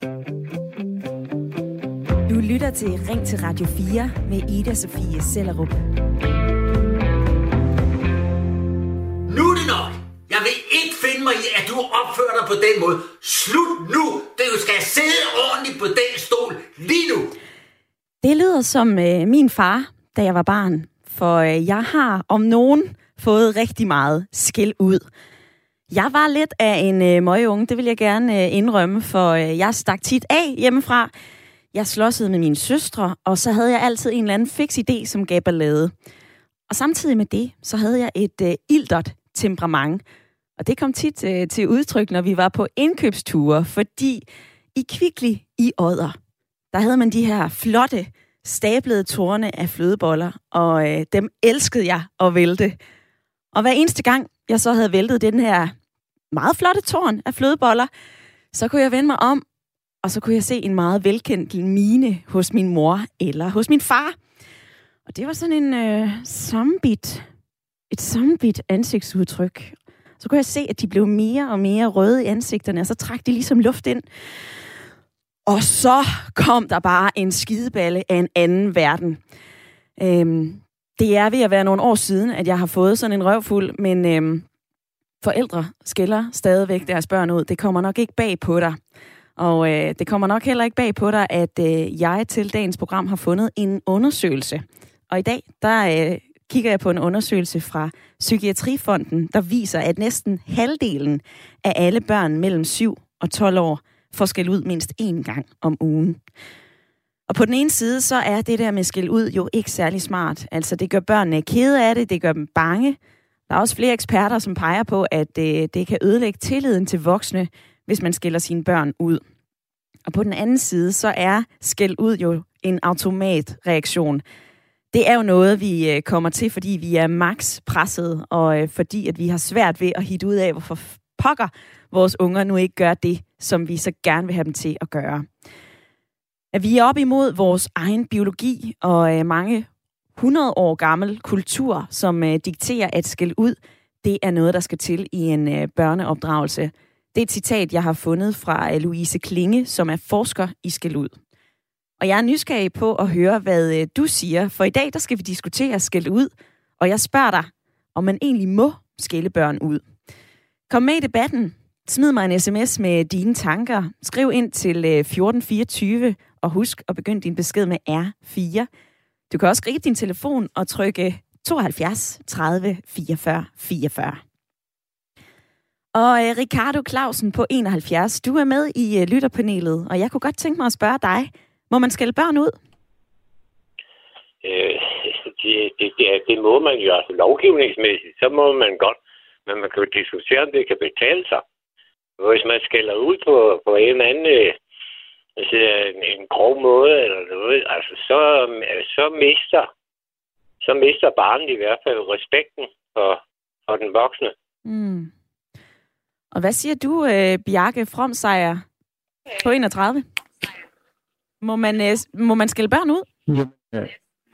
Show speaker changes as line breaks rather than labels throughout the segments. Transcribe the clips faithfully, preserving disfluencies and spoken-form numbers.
Du lytter til Ring til Radio fire med Ida Sofie Sellerup.
Nu er det nok! Jeg vil ikke finde mig i, at du opfører dig på den måde. Slut nu! Du skal sidde ordentligt på den stol lige nu!
Det lyder som øh, min far, da jeg var barn. For øh, jeg har om nogen fået rigtig meget skæld ud. Jeg var lidt af en øh, møgeunge, det vil jeg gerne øh, indrømme, for øh, jeg stak tit af hjemmefra. Jeg slåsede med mine søstre, og så havde jeg altid en eller anden fix idé, som gav ballade. Og samtidig med det, så havde jeg et øh, iltert temperament. Og det kom tit øh, til udtryk, når vi var på indkøbsture, fordi i Kvickly i Odder, der havde man de her flotte, stablede tårne af flødeboller, og øh, dem elskede jeg at vælte. Og hver eneste gang, jeg så havde væltet den her meget flotte tårn af flødeboller, så kunne jeg vende mig om, og så kunne jeg se en meget velkendt mine hos min mor eller hos min far. Og det var sådan en øh, zombit, et zombit ansigtsudtryk. Så kunne jeg se, at de blev mere og mere røde i ansigterne, og så trak de ligesom luft ind. Og så kom der bare en skideballe af en anden verden. Øhm, det er ved at være nogle år siden, at jeg har fået sådan en røvfuld, men øhm, forældre skælder stadigvæk deres børn ud. Det kommer nok ikke bag på dig. Og øh, det kommer nok heller ikke bag på dig, at øh, jeg til dagens program har fundet en undersøgelse. Og i dag, der øh, kigger jeg på en undersøgelse fra Psykiatrifonden, der viser, at næsten halvdelen af alle børn mellem syv og tolv år får skæld ud mindst én gang om ugen. Og på den ene side, så er det der med skæld ud jo ikke særlig smart. Altså, det gør børnene kede af det, det gør dem bange. Der er også flere eksperter, som peger på, at øh, det kan ødelægge tilliden til voksne, hvis man skælder sine børn ud. Og på den anden side, så er skæld ud jo en automatreaktion. Det er jo noget, vi øh, kommer til, fordi vi er max presset, og øh, fordi at vi har svært ved at hitte ud af, hvorfor pokker vores unger nu ikke gør det, som vi så gerne vil have dem til at gøre. At vi er op imod vores egen biologi og øh, mange hundrede år gammel kultur, som øh, dikterer, at skæld ud, det er noget, der skal til i en øh, børneopdragelse. Det er et citat, jeg har fundet fra øh, Louise Klinge, som er forsker i skæld ud. Og jeg er nysgerrig på at høre, hvad øh, du siger, for i dag der skal vi diskutere skæld ud, og jeg spørger dig, om man egentlig må skælde børn ud. Kom med i debatten. Smid mig en sms med dine tanker. Skriv ind til fjorten fireogtyve, og husk at begynde din besked med R fire. Du kan også gribe din telefon og trykke tooghalvfjerds tredive fireogfyrre fireogfyrre. Og uh, Ricardo Clausen på enoghalvfjerds, du er med i uh, lytterpanelet, og jeg kunne godt tænke mig at spørge dig, må man skælde børn ud?
Øh, det, det, det, det må man jo, altså lovgivningsmæssigt, så må man godt, men man kan jo diskutere, om det kan betale sig. Hvis man skælder ud på, på en eller anden altså en, en grov måde, eller noget, altså så, så mister så mister barnet i hvert fald respekten for, for den voksne.
Mm. Og hvad siger du, øh, Bjarke Fromsejr på enogtredive? Må man, øh, må man skælde børn ud?
Ja. Ja.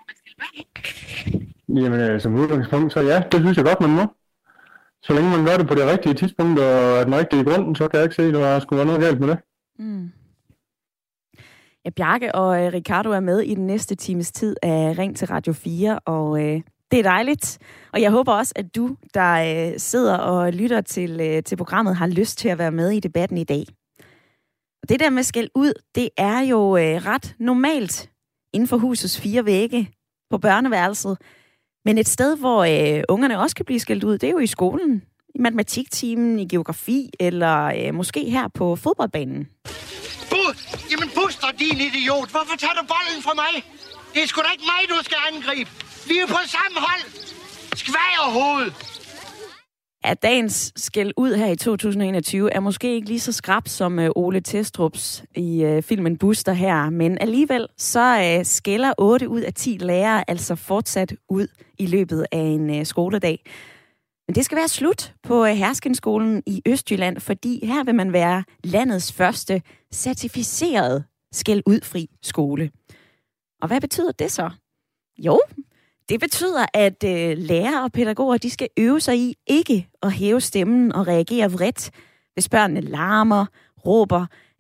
Jamen, øh, som udgangspunkt, så ja, det synes jeg godt, man må. Så længe man gør det på det rigtige tidspunkt, og den rigtige grund, så kan jeg ikke se, at der skulle være noget galt med det. Mm.
Ja, Bjarke og øh, Ricardo er med i den næste times tid af Ring til Radio fire, og øh, det er dejligt. Og jeg håber også, at du, der øh, sidder og lytter til, øh, til programmet, har lyst til at være med i debatten i dag. Og det der med skæld ud, det er jo øh, ret normalt inden for husets fire vægge på børneværelset. Men et sted, hvor øh, ungerne også kan blive skældt ud, det er jo i skolen. I matematiktimen, i geografi, eller øh, måske her på fodboldbanen.
Bu- Jamen Buster, din idiot! Hvorfor tager du bolden fra mig? Det er sgu da ikke mig, du skal angribe. Vi er på samme hold. Skvagerhoved!
At dagens skæld ud her i to tusind og enogtyve er måske ikke lige så skrap som øh, Ole Testrups i øh, filmen Buster her, men alligevel så øh, skælder otte ud af ti lærere altså fortsat ud i løbet af en øh, skoledag. Men det skal være slut på øh, Herskenskolen i Østjylland, fordi her vil man være landets første certificerede skæld ud-fri skole. Og hvad betyder det så? Jo, det betyder, at øh, lærere og pædagoger, de skal øve sig i ikke at hæve stemmen og reagere vredt, hvis børnene larmer, råber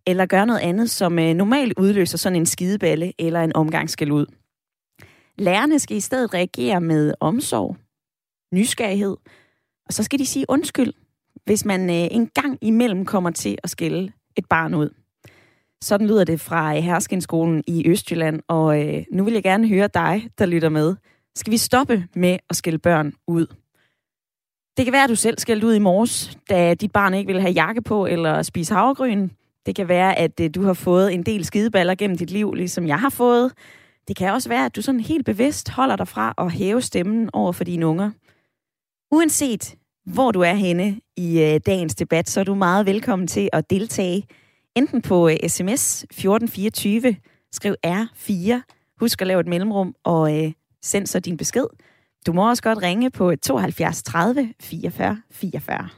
eller gør noget andet, som øh, normalt udløser sådan en skideballe eller en omgang skældud. Lærerne skal i stedet reagere med omsorg, nysgerrighed, og så skal de sige undskyld, hvis man øh, en gang imellem kommer til at skælde et barn ud. Sådan lyder det fra Herskenskolen i Østjylland, og øh, nu vil jeg gerne høre dig, der lytter med. Skal vi stoppe med at skælde børn ud? Det kan være, at du selv skældte ud i morges, da dit barn ikke ville have jakke på eller spise havregryn. Det kan være, at øh, du har fået en del skideballer gennem dit liv, ligesom jeg har fået. Det kan også være, at du sådan helt bevidst holder dig fra at hæve stemmen over for dine unger. Uanset hvor du er henne i øh, dagens debat, så er du meget velkommen til at deltage. Enten på øh, sms fjorten fireogtyve, skriv R fire, husk at lave et mellemrum og øh, send så din besked. Du må også godt ringe på tooghalvfjerds tredive fireogfyrre fireogfyrre.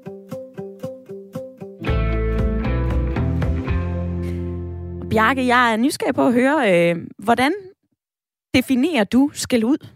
Bjarke, jeg er nysgerrig på at høre, øh, hvordan definerer du skæld ud?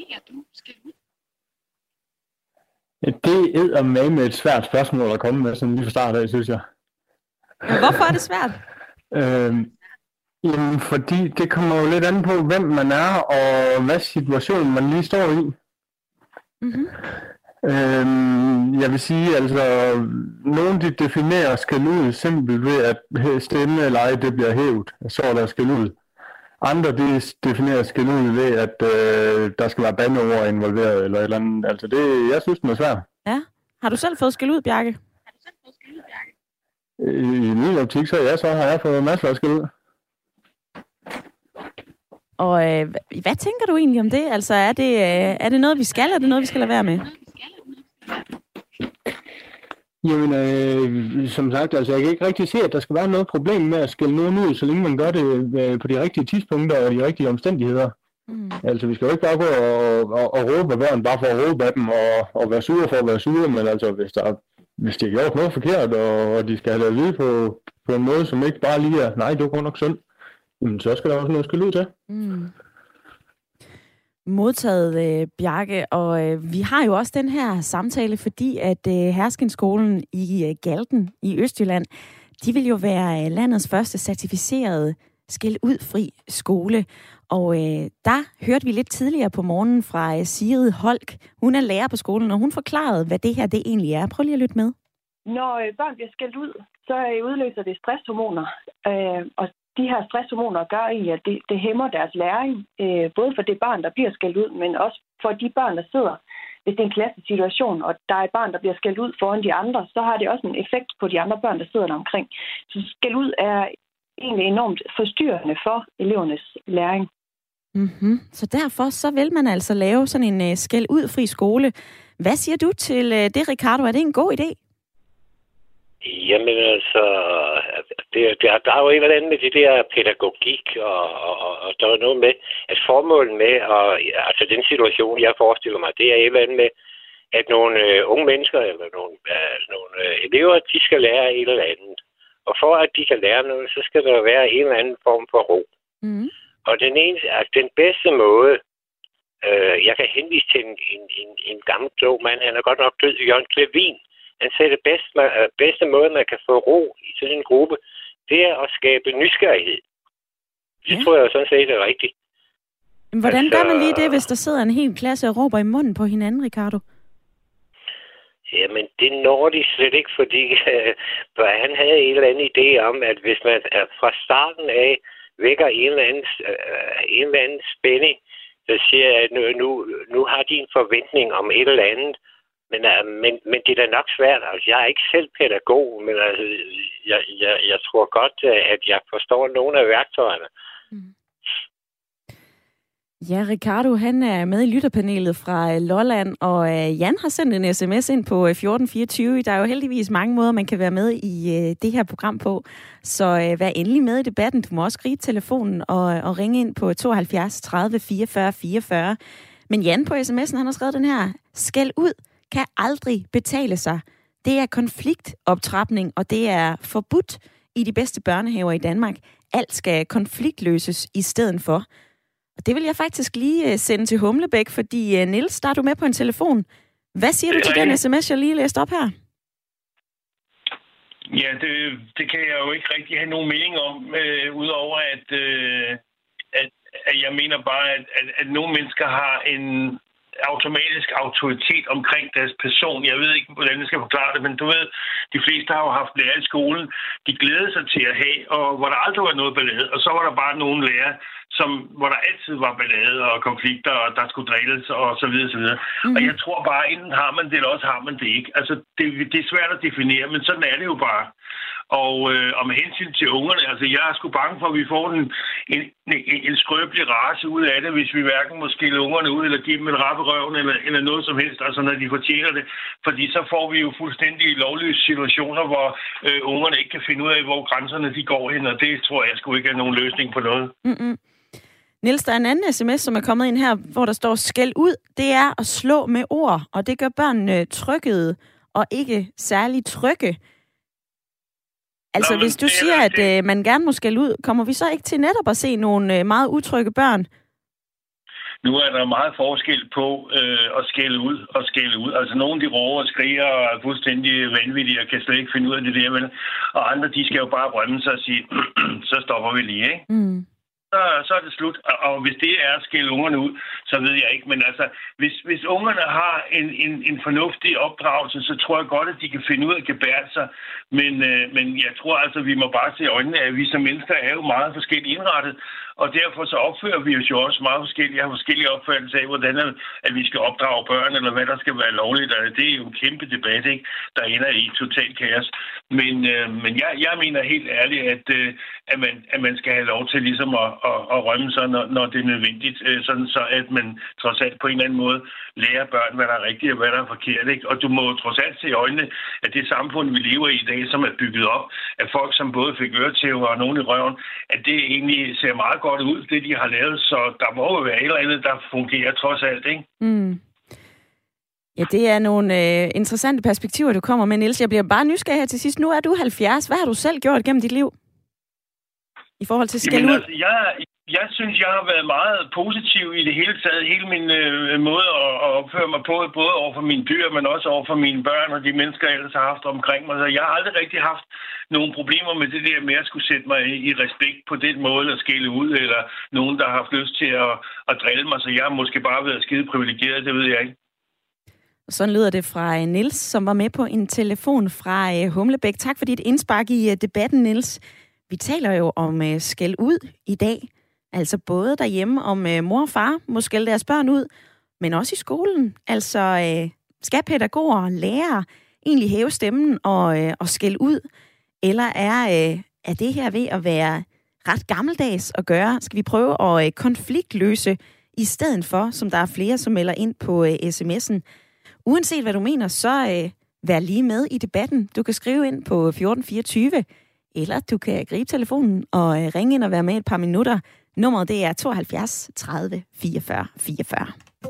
Det er med et svært spørgsmål at komme med, sådan lige fra start af, synes jeg.
Ja, hvorfor er det svært?
Øhm, jamen, fordi det kommer jo lidt an på, hvem man er, og hvad situation man lige står i.
Mm-hmm.
Øhm, jeg vil sige, altså, nogen de definerer skæld ud simpelt ved, at stemme eller ej, det bliver hævet, så er der skæld ud. Andre de definerer skæld ud ved, at øh, der skal være bandeord involveret, eller et eller andet. Altså, det, jeg synes, det er svært.
Ja. Har du selv fået skæld ud, Bjarke? Har du selv fået skæld ud, Bjarke?
I min optik, så ja, så har jeg fået masser af skæld ud.
Og øh, hvad tænker du egentlig om det? Altså, er det, øh, er det noget, vi skal, eller er det noget, vi skal lade være med?
Jamen, øh, som sagt, altså, jeg kan ikke rigtig se, at der skal være noget problem med at skælde nogen ud, så længe man gør det øh, på de rigtige tidspunkter og de rigtige omstændigheder. Mm. Altså, vi skal jo ikke bare gå og, og, og råbe af børn, bare for at råbe af dem og, og være sure for at være sure, men altså, hvis, der, hvis de har gjort noget forkert, og, og de skal have det at vide på, på en måde, som ikke bare lige er, nej, det var godt nok synd, jamen, så skal der også noget skæld ud til. Mm.
Modtaget, øh, Bjarke, og øh, vi har jo også den her samtale, fordi at øh, Herskenskolen i øh, Galten i Østjylland, de vil jo være øh, landets første certificerede skæld-ud-fri skole. Og øh, der hørte vi lidt tidligere på morgenen fra øh, Sigrid Holk. Hun er lærer på skolen, og hun forklarede, hvad det her det egentlig er. Prøv lige at lytte med.
Når øh, børn bliver skældt ud, så øh, udløser det stresshormoner, øh, og de her stresshormoner gør egentlig, at det, det hæmmer deres læring, øh, både for det barn, der bliver skældt ud, men også for de børn, der sidder. Hvis det er en klassesituation, og der er et barn, der bliver skældt ud foran de andre, så har det også en effekt på de andre børn, der sidder der omkring. Så skældt ud er egentlig enormt forstyrrende for elevernes læring.
Mm-hmm. Så derfor så vil man altså lave sådan en uh, skæld-ud-fri skole. Hvad siger du til uh, det, Ricardo? Er det en god idé?
Jamen altså, det, der, der er jo et eller andet med det der pædagogik, og, og, og der er noget med, at formålet med, og, altså den situation, jeg forestiller mig, det er et eller andet med, at nogle øh, unge mennesker, eller nogle, øh, nogle øh, elever, de skal lære et eller andet. Og for at de kan lære noget, så skal der være en eller anden form for ro. Mm. Og den, eneste, altså, den bedste måde, øh, jeg kan henvise til en, en, en, en gammel klog mand, han er godt nok død, Jørgen Clevin. Han sagde, det bedste, man, bedste måde, man kan få ro i sådan en gruppe, det er at skabe nysgerrighed. Det ja. tror jeg sådan set er rigtigt.
Men hvordan altså, gør man lige det, hvis der sidder en hel klasse og råber i munden på hinanden, Ricardo?
Jamen, det når de slet ikke, fordi øh, han havde en eller anden idé om, at hvis man øh, fra starten af vækker en eller anden, øh, en eller anden spænding, der siger, at nu, nu, nu har de en forventning om et eller andet, Men, uh, men, men det er da nok svært. Altså, jeg er ikke selv pædagog, men altså, jeg, jeg, jeg tror godt, at jeg forstår nogle af værktøjerne. Mm.
Ja, Ricardo, han er med i lytterpanelet fra Lolland, og Jan har sendt en sms ind på fjorten fireogtyve. Der er jo heldigvis mange måder, man kan være med i det her program på. Så vær endelig med i debatten. Du må også gribe telefonen og, og ringe ind på tooghalvfjerds tredive fireogfyrre fireogfyrre. Men Jan på sms'en, han har skrevet den her: skæld ud kan aldrig betale sig. Det er konfliktoptrapning, og det er forbudt i de bedste børnehaver i Danmark. Alt skal konfliktløses i stedet for. Og det vil jeg faktisk lige sende til Humlebæk, fordi Niels, der er du med på en telefon. Hvad siger du til den sms, jeg lige læste op her?
Ja, det, det kan jeg jo ikke rigtig have nogen mening om, øh, udover at, øh, at, at jeg mener bare, at, at, at nogle mennesker har en automatisk autoritet omkring deres person. Jeg ved ikke, hvordan jeg skal forklare det, men du ved, de fleste har jo haft lærer i skolen, de glædede sig til at have, og hvor der aldrig var noget ballade, og så var der bare nogle lærer, som, hvor der altid var ballade og konflikter, og der skulle drilles og så videre, så videre. Mm-hmm. Og jeg tror bare, enten har man det, eller også har man det ikke. Altså, det, det er svært at definere, men sådan er det jo bare. Og, øh, og med hensyn til ungerne, altså jeg er sgu bange for, at vi får en, en, en, en skrøbelig race ud af det, hvis vi hverken må skille ungerne ud, eller give dem en rap i røven, eller, eller noget som helst, altså når de fortjener det. Fordi så får vi jo fuldstændig lovløse situationer, hvor øh, ungerne ikke kan finde ud af, hvor grænserne de går hen, og det tror jeg sgu ikke er nogen løsning på noget.
Mm-mm. Niels, der er en anden sms, som er kommet ind her, hvor der står, skæld ud, det er at slå med ord, og det gør børnene trykkede og ikke særlig trygge. Altså, Nå, hvis du siger, at øh, man gerne må skælde ud, kommer vi så ikke til netop at se nogle øh, meget utrygge børn?
Nu er der meget forskel på øh, at skælde ud og skælde ud. Altså, nogle de råber og skriger og er fuldstændig vanvittige og kan slet ikke finde ud af det der, vel? Og andre, de skal jo bare rømme sig og sige, så stopper vi lige, ikke? Mm. Så, så er det slut. Og, og hvis det er at skælde ungerne ud, så ved jeg ikke. Men altså, hvis, hvis ungerne har en, en, en fornuftig opdragelse, så tror jeg godt, at de kan finde ud af at gebære sig. Men, øh, men jeg tror altså, vi må bare se i øjnene, at vi som mennesker er jo meget forskelligt indrettet. Og derfor så opfører vi os jo også meget forskelligt. Jeg har forskellige opfattelser af, hvordan at vi skal opdrage børn, eller hvad der skal være lovligt. Det er jo en kæmpe debat, ikke? Der ender i total kaos. Men, øh, men jeg, jeg mener helt ærligt, at, øh, at, man, at man skal have lov til ligesom at, at, at rømme sig, når, når det er nødvendigt. Øh, sådan så at man trods alt på en eller anden måde lærer børn, hvad der er rigtigt og hvad der er forkert. Ikke? Og du må trods alt se i øjnene, at det samfund, vi lever i i dag, som er bygget op af folk, som både fik øretæver og nogen i røven, at det egentlig ser meget godt ud, det de har lavet, så der må jo være et eller andet, der fungerer trods alt, ikke? Mm.
Ja, det er nogle øh, interessante perspektiver, du kommer med, Niels. Jeg bliver bare nysgerrig her til sidst. Nu er du halvfjerds. Hvad har du selv gjort gennem dit liv? I forhold til skæld ud?
Altså, jeg, jeg synes, jeg har været meget positiv i det hele taget. Hele min øh, måde at, at opføre mig på, både over for mine dyr, men også over for mine børn og de mennesker, jeg ellers har haft omkring mig. Så jeg har aldrig rigtig haft nogle problemer med det der med at skulle sætte mig i, i respekt på den måde at skælde ud, eller nogen, der har haft lyst til at, at drille mig. Så jeg har måske bare været skide privilegeret, det ved jeg ikke.
Sådan lyder det fra Niels, som var med på en telefon fra Humlebæk. Tak for dit indspark i debatten, Niels. Vi taler jo om skæld ud i dag. Altså både derhjemme, om mor og far må skælde deres børn ud, men også i skolen. Altså skal pædagoger og lærere egentlig hæve stemmen og, og skælde ud? Eller er, er det her ved at være ret gammeldags at gøre? Skal vi prøve at konfliktløse i stedet for, som der er flere, som melder ind på sms'en? Uanset hvad du mener, så øh, vær lige med i debatten. Du kan skrive ind på fjorten fireogtyve, eller du kan gribe telefonen og øh, ringe ind og være med et par minutter. Nummeret det er tooghalvfjerds tredive fireogfyrre fireogfyrre.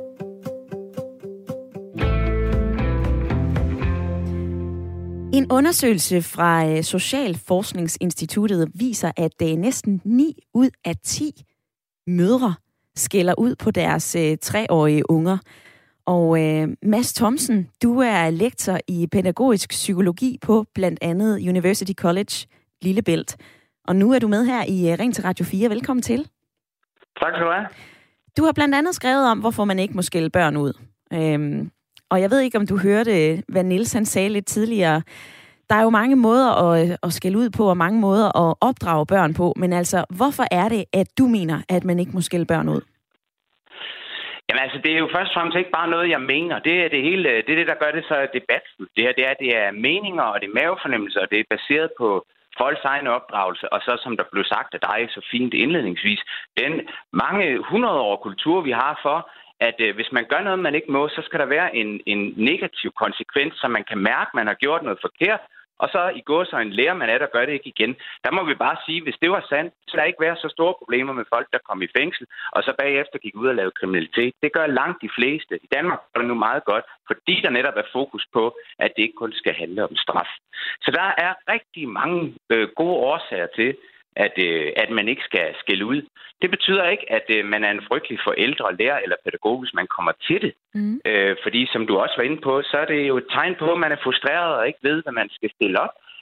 En undersøgelse fra øh, Socialforskningsinstituttet viser, at øh, næsten ni ud af ti mødre skælder ud på deres øh, treårige unger. Og øh, Mads Thomsen, du er lektor i pædagogisk psykologi på blandt andet University College Lillebælt. Og nu er du med her i Ring til Radio fire. Velkommen til.
Tak skal du have.
Du har blandt andet skrevet om, hvorfor man ikke må skælde børn ud. Øhm, og jeg ved ikke, om du hørte, hvad Niels han sagde lidt tidligere. Der er jo mange måder at, at skælde ud på, og mange måder at opdrage børn på. Men altså, hvorfor er det, at du mener, at man ikke må skælde børn ud?
Jamen altså, det er jo først og fremmest ikke bare noget, jeg mener. Det er det hele, det er det, der gør det så debatfuldt. Det her, det er, det er meninger, og det er mavefornemmelser, og det er baseret på folks egen opdragelse, og så som der blev sagt af dig så fint indledningsvis, den mange hundrede år kultur, vi har for, at øh, hvis man gør noget, man ikke må, så skal der være en, en negativ konsekvens, så man kan mærke, at man har gjort noget forkert, og så i går så en lærer man er, der gør det ikke igen. Der må vi bare sige, hvis det var sandt, så der ikke være så store problemer med folk, der kom i fængsel, og så bagefter gik ud og lavede kriminalitet. Det gør langt de fleste. I Danmark er det nu meget godt, fordi der netop er fokus på, at det ikke kun skal handle om straf. Så der er rigtig mange øh, gode årsager til, at, øh, at man ikke skal skælde ud. Det betyder ikke, at øh, man er en frygtelig forældre, lærer eller pædagog, hvis man kommer til det. Mm. Øh, fordi som du også var inde på, så er det jo et tegn på, at man er frustreret og ikke ved, hvad man skal stille op.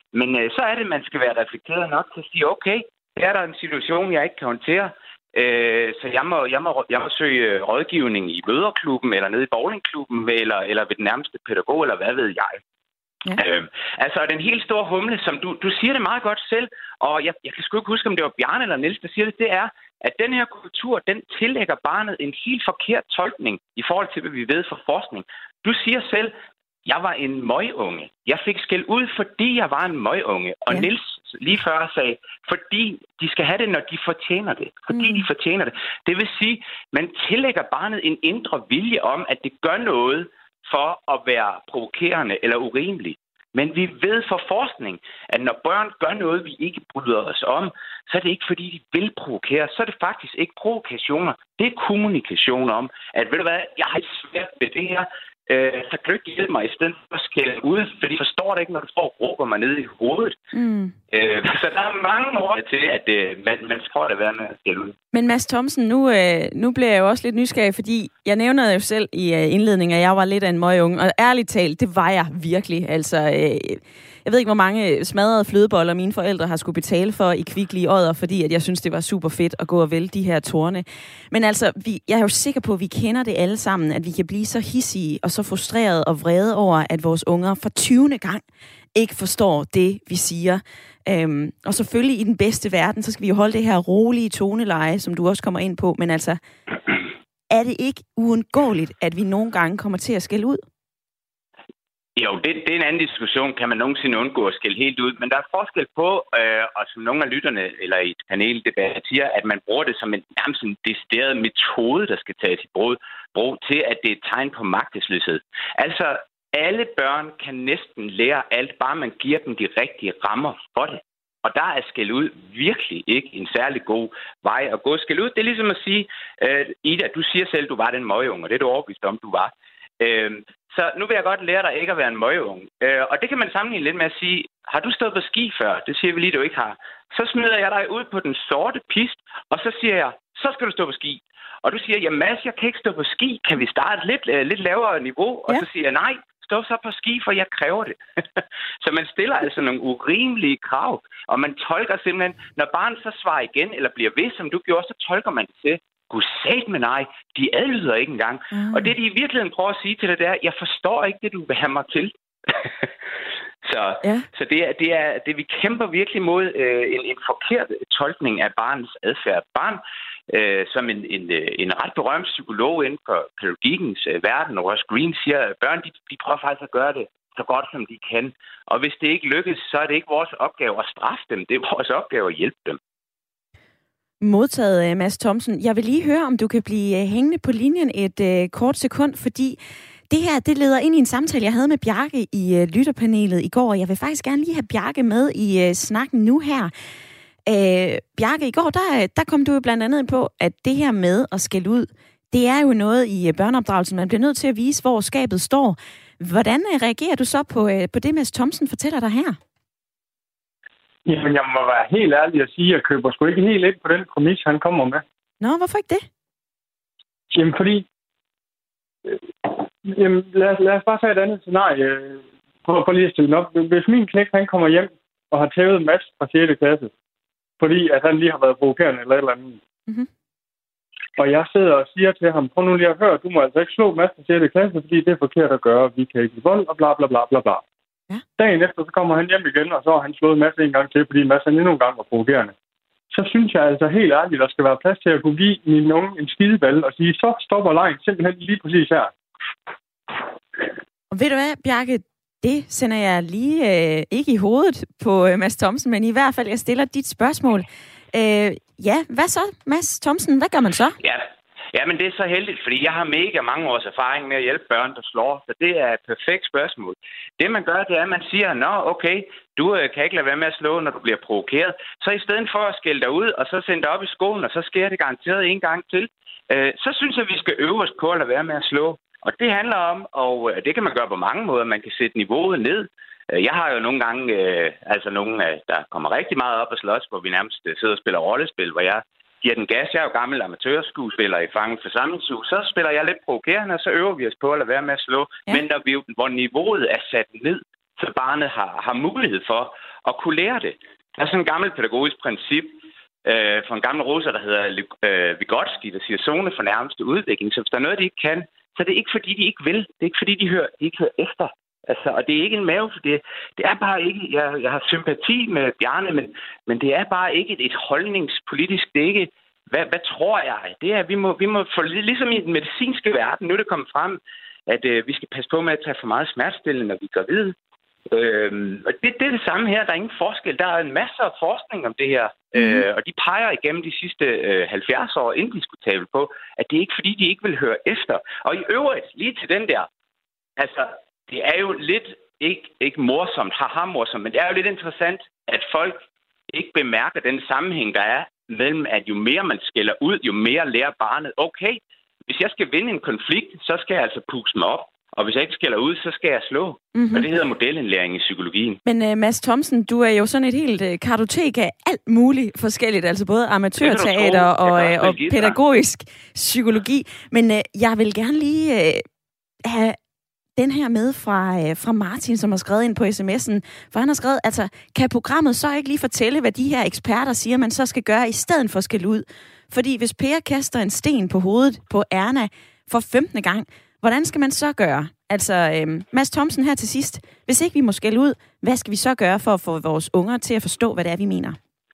Men øh, så er det, man skal være reflekteret nok til at sige, okay, her er der en situation, jeg ikke kan håndtere, øh, så jeg må, jeg, må, jeg må søge rådgivning i møderklubben, eller nede i bowlingklubben, eller, eller ved den nærmeste pædagog, eller hvad ved jeg. Ja. Øh, altså, den helt store humle, som du, du siger det meget godt selv, og jeg, jeg kan sgu ikke huske, om det var Bjarne eller Niels, der siger det, det er, at den her kultur, den tillægger barnet en helt forkert tolkning i forhold til, hvad vi ved fra forskning. Du siger selv, jeg var en møgunge. Jeg fik skæld ud, fordi jeg var en møgunge. Og ja. Niels lige før sagde, fordi de skal have det, når de fortjener det. Fordi mm. de fortjener det. Det vil sige, man tillægger barnet en indre vilje om, at det gør noget for at være provokerende eller urimelig. Men vi ved fra forskning, at når børn gør noget, vi ikke bryder os om, så er det ikke, fordi de vil provokere. Så er det faktisk ikke provokationer. Det er kommunikation om, at ved du hvad, jeg har ikke svært ved det her. Øh, så kan du ikke hjælpe mig i stedet for at skælde ud, fordi jeg forstår det ikke, når du står og råber mig ned i hovedet. Mm. Øh, så der er mange år til, at øh, man, man får det være med at skælde ud.
Men Mads Thomsen, nu, øh, nu bliver jeg jo også lidt nysgerrig, fordi jeg nævnede jo selv i øh, indledningen, at jeg var lidt af en møgunge, og ærligt talt, det var jeg virkelig. Altså, øh, jeg ved ikke, hvor mange smadrede flødeboller mine forældre har skulle betale for i Kvickly i Odder, fordi at jeg synes, det var super fedt at gå og vælge de her tårne. Men altså, vi, jeg er jo sikker på, at vi kender det alle sammen, at vi kan blive så hissige og så frustrerede og vrede over, at vores unger for tyvende gang ikke forstår det, vi siger. Øhm, og selvfølgelig i den bedste verden, så skal vi jo holde det her rolige toneleje, som du også kommer ind på. Men altså, er det ikke uundgåeligt, at vi nogle gange kommer til at skælde ud?
Jo, det, det er en anden diskussion. Kan man nogensinde undgå at skælde helt ud? Men der er forskel på, øh, og som nogle af lytterne eller i et paneldebat siger, at man bruger det som en nærmest en decideret metode, der skal tages i brug, brug til, at det er et tegn på magtesløshed. Altså, alle børn kan næsten lære alt, bare man giver dem de rigtige rammer for det. Og der er skæld ud virkelig ikke en særlig god vej at gå. Skæld ud, det er ligesom at sige, øh, Ida, du siger selv, du var den møgunge, og det er du overbevist om, du var. Øh, så nu vil jeg godt lære dig ikke at være en møgunge. Øh, og det kan man sammenligne lidt med at sige, har du stået på ski før? Det siger vi lige, du ikke har. Så smider jeg dig ud på den sorte pist, og så siger jeg, så skal du stå på ski. Og du siger, ja Mads, jeg kan ikke stå på ski. Kan vi starte lidt, øh, lidt lavere niveau? Og ja. Så siger jeg, nej, stå så på ski, for jeg kræver det. Så man stiller altså nogle urimelige krav, og man tolker simpelthen, når barnet så svarer igen, eller bliver ved, som du gjorde, så tolker man det til, gud sat med nej, de adlyder ikke engang. Mm. Og det, de i virkeligheden prøver at sige til dig, det er, jeg forstår ikke det, du vil have mig til. så ja. så det, er, det, er, det, vi kæmper virkelig mod øh, en, en forkert tolkning af barnets adfærd. Barn, øh, som en, en, en ret berømt psykolog inden for pædagogikkens øh, verden, Ross Green, siger, at børn de, de prøver faktisk at gøre det så godt, som de kan. Og hvis det ikke lykkes, så er det ikke vores opgave at straffe dem. Det er vores opgave at hjælpe dem.
Modtaget, Mads Thomsen. Jeg vil lige høre, om du kan blive hængende på linjen et øh, kort sekund, fordi det her, det leder ind i en samtale, jeg havde med Bjarke i øh, lytterpanelet i går, og jeg vil faktisk gerne lige have Bjarke med i øh, snakken nu her. Øh, Bjarke, i går, der, der kom du jo blandt andet på, at det her med at skælde ud, det er jo noget i børneopdragelsen, man bliver nødt til at vise, hvor skabet står. Hvordan øh, reagerer du så på, øh, på det, Mads Thomsen fortæller dig her?
Jamen, jeg må være helt ærlig at sige, at jeg køber sgu ikke helt ind på den præmis, han kommer med.
Nå, hvorfor ikke det?
Jamen, fordi... Øh, jamen, lad os, lad os bare tage et andet scenarie. Prøv, prøv lige at stille den op. Hvis min knægt, han kommer hjem og har tævet Mads fra sjette klasse, fordi at han lige har været provokerende eller et eller andet. Mm-hmm. Og jeg sidder og siger til ham, prøv nu lige at høre, du må altså ikke slå Mads fra sjette klasse, fordi det er forkert at gøre. Vi kan ikke lide vold og bla bla bla bla bla. Ja. Dagen efter, så kommer han hjem igen, og så har han slået Mads en gang til, fordi Mads han endnu en gang var provokerende. Så synes jeg altså helt ærligt, der skal være plads til at kunne give min unge en skideballe og sige, så stopper lejen simpelthen lige præcis her.
Og ved du hvad, Bjarke, det sender jeg lige øh, ikke i hovedet på øh, Mads Thomsen, men i hvert fald, jeg stiller dit spørgsmål. Øh, ja, hvad så, Mads Thomsen? Hvad gør man så?
Ja. Ja, men det er så heldigt, fordi jeg har mega mange års erfaring med at hjælpe børn, der slår, så det er et perfekt spørgsmål. Det, man gør, det er, at man siger, nå, okay, du øh, kan ikke lade være med at slå, når du bliver provokeret. Så i stedet for at skælde dig ud, og så sende dig op i skolen, og så sker det garanteret en gang til, øh, så synes jeg, vi skal øve os på at lade være med at slå. Og det handler om, og det kan man gøre på mange måder, man kan sætte niveauet ned. Jeg har jo nogle gange, øh, altså nogle, der kommer rigtig meget op og slås, hvor vi nærmest sidder og spiller rollespil, hvor jeg giver den gas. Jeg er jo gammel amatørskuespiller i Fangen Forsamlingshus. Så spiller jeg lidt provokerende, og så øver vi os på at lade være med at slå. Ja. Men når vi, hvor niveauet er sat ned, så barnet har, har mulighed for at kunne lære det. Der er sådan en gammel pædagogisk princip øh, fra en gammel russer, der hedder øh, Vygotsky, der siger zone for nærmeste udvikling. Så hvis der er noget, de ikke kan, så er det ikke fordi, de ikke vil. Det er ikke fordi, de, hører, de ikke hører efter. Altså, og det er ikke en mave, for det, det er bare ikke... Jeg, jeg har sympati med Bjarne, men, men det er bare ikke et, et holdningspolitisk... Det er ikke... Hvad, hvad tror jeg? Det er, vi må, vi må få, ligesom i den medicinske verden, nu er det kommet frem, at øh, vi skal passe på med at tage for meget smertestillende, når vi går videre. Øhm, og det, det er det samme her. Der er ingen forskel. Der er en masse af forskning om det her. Mm-hmm. Øh, og de peger igennem de sidste øh, halvfjerds år indiskutabelt på, at det er ikke fordi, de ikke vil høre efter. Og i øvrigt, lige til den der, altså, det er jo lidt, ikke, ikke morsomt, haha morsomt, men det er jo lidt interessant, at folk ikke bemærker den sammenhæng, der er mellem, at jo mere man skælder ud, jo mere lærer barnet. Okay, hvis jeg skal vinde en konflikt, så skal jeg altså puste mig op. Og hvis jeg ikke skælder ud, så skal jeg slå. Mm-hmm. Og det hedder modelindlæring i psykologien. Men uh, Mads Thomsen, du er jo sådan et helt uh, kartotek af alt muligt forskelligt. Altså både amatørteater og, uh, og pædagogisk psykologi. Men uh, jeg vil gerne lige uh, have den her med fra, uh, fra Martin, som har skrevet ind på sms'en. For han har skrevet, altså, kan programmet så ikke lige fortælle, hvad de her eksperter siger, man så skal gøre i stedet for at skælde ud? Fordi hvis Per kaster en sten på hovedet på Erna for femtende gang, hvordan skal man så gøre? Altså, øhm, Mads Thomsen her til sidst. Hvis ikke vi må skælde ud, hvad skal vi så gøre for at få vores unger til at forstå, hvad det er, vi mener?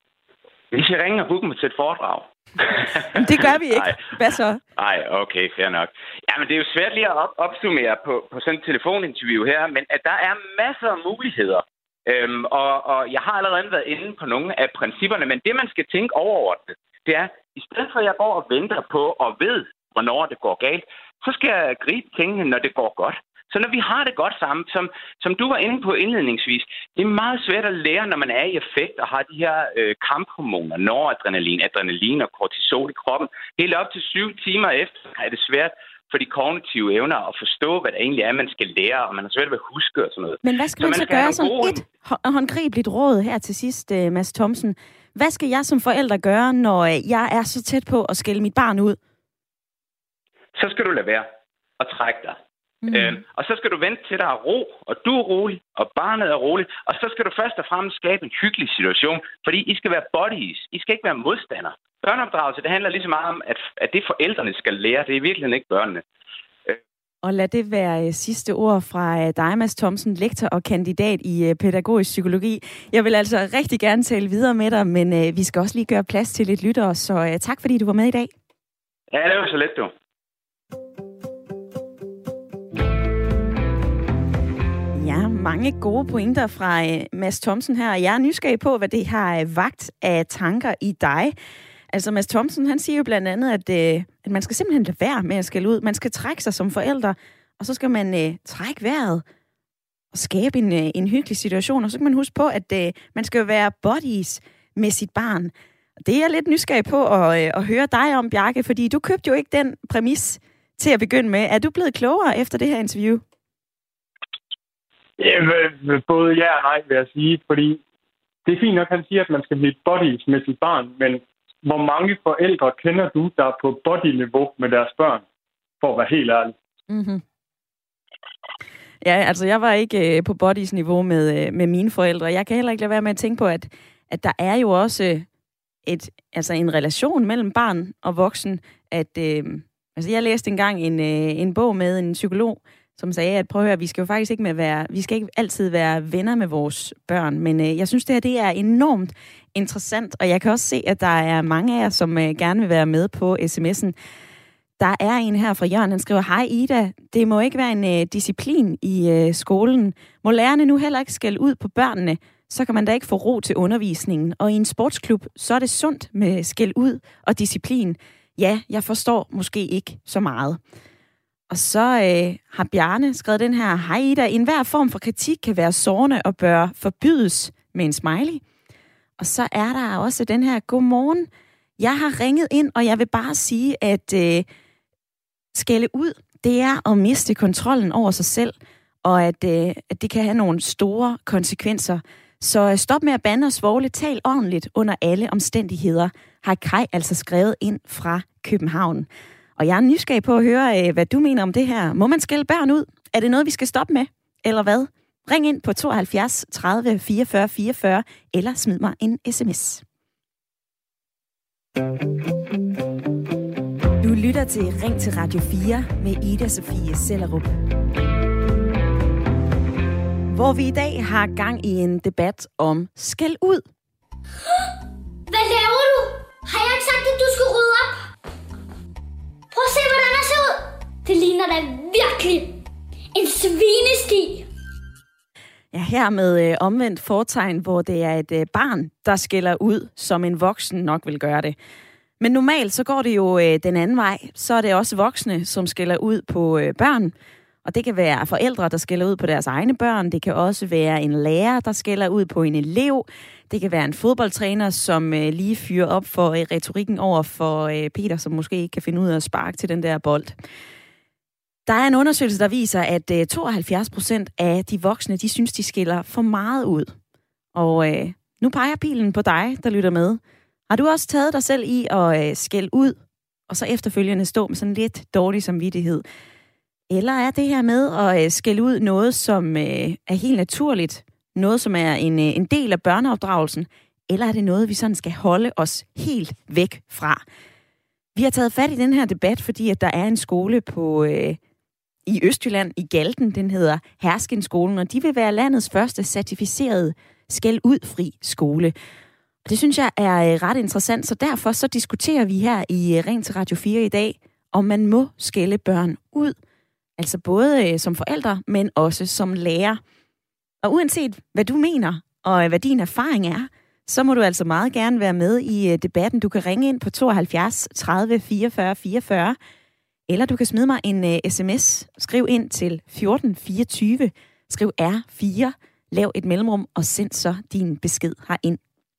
Vi skal ringe og booke mig til et foredrag.
Men det gør vi ikke. Hvad så?
Nej, okay, fair nok. Jamen, det er jo svært lige at op- opsummere på, på sådan et telefoninterview her, men at der er masser af muligheder. Øhm, og, og jeg har allerede været inde på nogle af principperne, men det, man skal tænke overordnet, det er, i stedet for at jeg går og venter på og ved, hvornår det går galt, så skal jeg gribe tingene, når det går godt. Så når vi har det godt sammen, som, som du var inde på indledningsvis, det er meget svært at lære, når man er i effekt og har de her øh, kamphormoner, noradrenalin, adrenalin og kortisol i kroppen. Helt op til syv timer efter er det svært for de kognitive evner at forstå, hvad det egentlig er, man skal lære, og man har svært ved at huske og sådan noget.
Men hvad skal så man, man så gøre som gode... et håndgribeligt råd her til sidst, Mads Thomsen? Hvad skal jeg som forælder gøre, når jeg er så tæt på at skælde mit barn ud?
Så skal du lade være og trække dig. Mm. Øhm, og så skal du vente til, der er ro, og du er rolig, og barnet er roligt. Og så skal du først og fremmest skabe en hyggelig situation, fordi I skal være buddies. I skal ikke være modstandere. Børneopdragelse, det handler lige så meget om, at, at det forældrene skal lære. Det er i virkeligheden ikke børnene. Øh.
Og lad det være sidste ord fra dig, Mads Thomsen, lektor og kandidat i pædagogisk psykologi. Jeg vil altså rigtig gerne tale videre med dig, men øh, vi skal også lige gøre plads til lidt lyttere, så øh, tak fordi du var med i dag.
Ja, det var så let, du.
Ja, mange gode pointer fra uh, Mads Thomsen her. Jeg er nysgerrig på, hvad det har uh, vagt af tanker i dig. Altså Mads Thomsen, han siger jo blandt andet, at, uh, at man skal simpelthen lade være med at skælde ud. Man skal trække sig som forældre, og så skal man uh, trække vejret og skabe en, uh, en hyggelig situation. Og så kan man huske på, at uh, man skal jo være buddies med sit barn. Det er jeg lidt nysgerrig på at, uh, at høre dig om, Bjarke, fordi du købte jo ikke den præmis til at begynde med. Er du blevet klogere efter det her interview?
Ja, både ja og nej, vil jeg sige, fordi det er fint nok, at han siger, at man skal blive buddies med sit barn, men hvor mange forældre kender du, der er på body-niveau med deres børn, for at være helt ærlig?
Mm-hmm. Ja, altså jeg var ikke øh, på bodies-niveau med, øh, med mine forældre. Jeg kan heller ikke lade være med at tænke på, at, at der er jo også et, altså en relation mellem barn og voksen. At, øh, altså jeg læste engang en, øh, en bog med en psykolog, som sagde, at prøv at høre, vi skal jo faktisk ikke med være, vi skal ikke altid være venner med vores børn, men øh, jeg synes, det her det er enormt interessant, og jeg kan også se, at der er mange af jer, som øh, gerne vil være med på sms'en. Der er en her fra Jørgen, han skriver, hej Ida, det må ikke være en øh, disciplin i øh, skolen. Må lærerne nu heller ikke skælde ud på børnene, så kan man da ikke få ro til undervisningen. Og i en sportsklub, så er det sundt med skæld ud og disciplin. Ja, jeg forstår måske ikke så meget. Og så øh, har Bjarne skrevet den her, hej Ida, enhver form for kritik kan være sårende og bør forbydes med en smiley. Og så er der også den her, godmorgen, jeg har ringet ind, og jeg vil bare sige, at øh, skælde ud, det er at miste kontrollen over sig selv, og at, øh, at det kan have nogle store konsekvenser. Så øh, stop med at bande og svogle, tal ordentligt under alle omstændigheder, har Kai altså skrevet ind fra København. Og jeg er nysgerrig på at høre, hvad du mener om det her. Må man skælde børn ud? Er det noget, vi skal stoppe med? Eller hvad?
Ring ind på tooghalvfjerds tredive fireogfyrre fireogfyrre eller smid mig en sms. Du lytter til Ring til Radio fire med Ida Sofie Sellerup. Hvor vi i dag har gang i en debat om skæld ud.
Hvad laver du? Har jeg ikke sagt, at du skulle rydde op? Prøv at se, hvordan der ser ud. Det ligner da virkelig en svinesti.
Ja, her med øh, omvendt fortegn, hvor det er et øh, barn, der skælder ud, som en voksen nok vil gøre det. Men normalt så går det jo øh, den anden vej. Så er det også voksne, som skælder ud på øh, børn. Og det kan være forældre, der skælder ud på deres egne børn. Det kan også være en lærer, der skælder ud på en elev. Det kan være en fodboldtræner, som øh, lige fyrer op for øh, retorikken over for øh, Peter, som måske ikke kan finde ud af at sparke til den der bold. Der er en undersøgelse, der viser, at øh, tooghalvfjerds procent af de voksne, de synes, de skiller for meget ud. Og øh, nu peger pilen på dig, der lytter med. Har du også taget dig selv i at øh, skælde ud, og så efterfølgende stå med sådan lidt dårlig samvittighed? Eller er det her med at øh, skælde ud noget, som øh, er helt naturligt? Noget, som er en, øh, en del af børneopdragelsen? Eller er det noget, vi sådan skal holde os helt væk fra? Vi har taget fat i den her debat, fordi at der er en skole på øh, i Østjylland, i Galten. Den hedder Herskenskolen, og de vil være landets første certificerede skæld-ud-fri skole. Og det synes jeg er øh, ret interessant, så derfor så diskuterer vi her i øh, Ring til Radio fire i dag, om man må skælde børn ud. Altså både øh, som forældre, men også som lærer. Og uanset hvad du mener, og øh, hvad din erfaring er, så må du altså meget gerne være med i øh, debatten. Du kan ringe ind på tooghalvfjerds tredive fireogfyrre fireogfyrre, eller du kan smide mig en øh, sms. Skriv ind til fjorten fireogtyve, skriv R fire, lav et mellemrum, og send så din besked herind.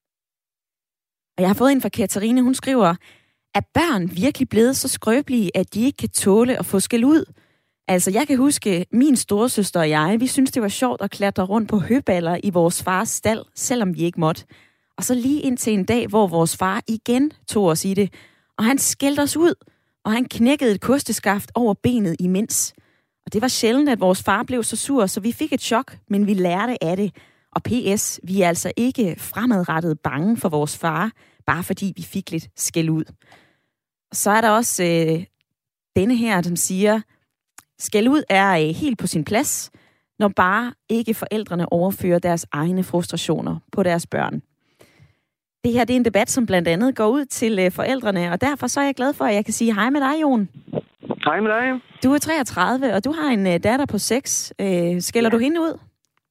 Og jeg har fået en fra Katarine, hun skriver, er børn virkelig blevet så skrøbelige, at de ikke kan tåle at få skæld ud? Altså, jeg kan huske, min storesøster og jeg, vi synes det var sjovt at klatre rundt på høballer i vores fars stald, selvom vi ikke måtte. Og så lige indtil en dag, hvor vores far igen tog os i det, og han skældte os ud, og han knækkede et kosteskaft over benet imens. Og det var sjældent, at vores far blev så sur, så vi fik et chok, men vi lærte af det. Og P S, vi er altså ikke fremadrettet bange for vores far, bare fordi vi fik lidt skæld ud. Så er der også øh, denne her, som siger, skæld ud er øh, helt på sin plads, når bare ikke forældrene overfører deres egne frustrationer på deres børn. Det her det er en debat, som blandt andet går ud til øh, forældrene, og derfor så er jeg glad for, at jeg kan sige hej med dig, Jon.
Hej med dig.
Du er treogtredive, og du har en øh, datter på seks. Øh, skælder ja. du hende ud?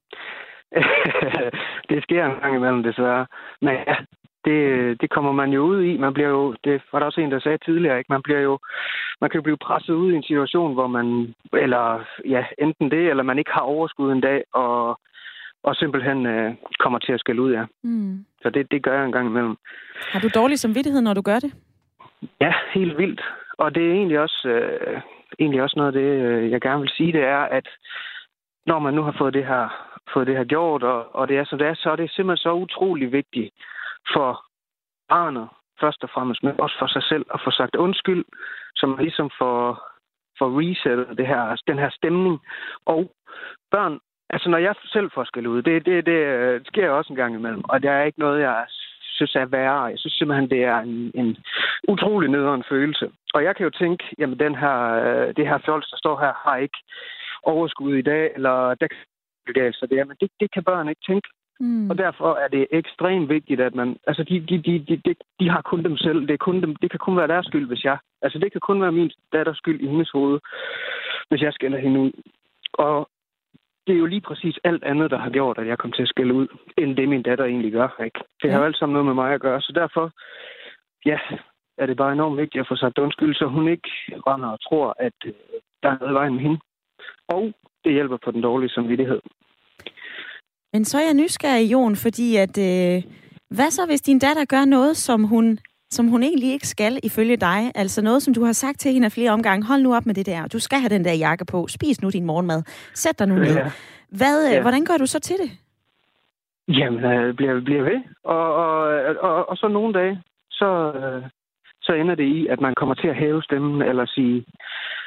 Det sker en gang imellem, desværre. Men ja, det, det kommer man jo ud i. Man bliver jo, det var der også en, der sagde tidligere, ikke? Man bliver jo, man kan jo blive presset ud i en situation, hvor man, eller ja, enten det, eller man ikke har overskud en dag, og, og simpelthen øh, kommer til at skælde ud, ja. Mm. Så det, det gør jeg en gang imellem.
Har du dårlig samvittighed, når du gør det?
Ja, helt vildt. Og det er egentlig også, øh, egentlig også noget af det, jeg gerne vil sige, det er, at når man nu har fået det her, fået det her gjort, og, og det er som det er, så er det simpelthen så utrolig vigtigt for barnet, først og fremmest, men også for sig selv, at få sagt undskyld, som ligesom får, får resettet det her, den her stemning. Og børn, altså når jeg selv får skæld ud, det, det, det sker også en gang imellem, og det er ikke noget, jeg synes er værre. Jeg synes simpelthen, det er en, en utrolig nederen følelse. Og jeg kan jo tænke, jamen den her, det her fjols, der står her, har ikke overskud i dag, eller der så det er, men det, det kan børn ikke tænke. Mm. Og derfor er det ekstremt vigtigt, at man, altså de, de, de, de, de, de har kun dem selv. Det, er kun dem, det kan kun være deres skyld, hvis jeg, altså det kan kun være min datters skyld i hendes hoved, hvis jeg skælder hende ud. Og det er jo lige præcis alt andet, der har gjort, at jeg kom til at skælde ud, end det min datter egentlig gør. Ikke? Det har jo alt sammen noget med mig at gøre, så derfor, ja, er det bare enormt vigtigt at få sagt undskyld, så hun ikke render og tror, at øh, der er noget i vejen med hende. Og det hjælper på den dårlige samvittighed.
Men så er jeg nysgerrig, Jon, fordi at, øh, hvad så, hvis din datter gør noget, som hun, som hun egentlig ikke skal ifølge dig? Altså noget, som du har sagt til hende flere omgange. Hold nu op med det der. Du skal have den der jakke på. Spis nu din morgenmad. Sæt dig nu ned. Ja. Hvad, ja. Hvordan gør du så til det?
Jamen, jeg bliver, bliver ved. Og, og, og, og så nogle dage, så, så ender det i, at man kommer til at hæve stemmen, eller sige,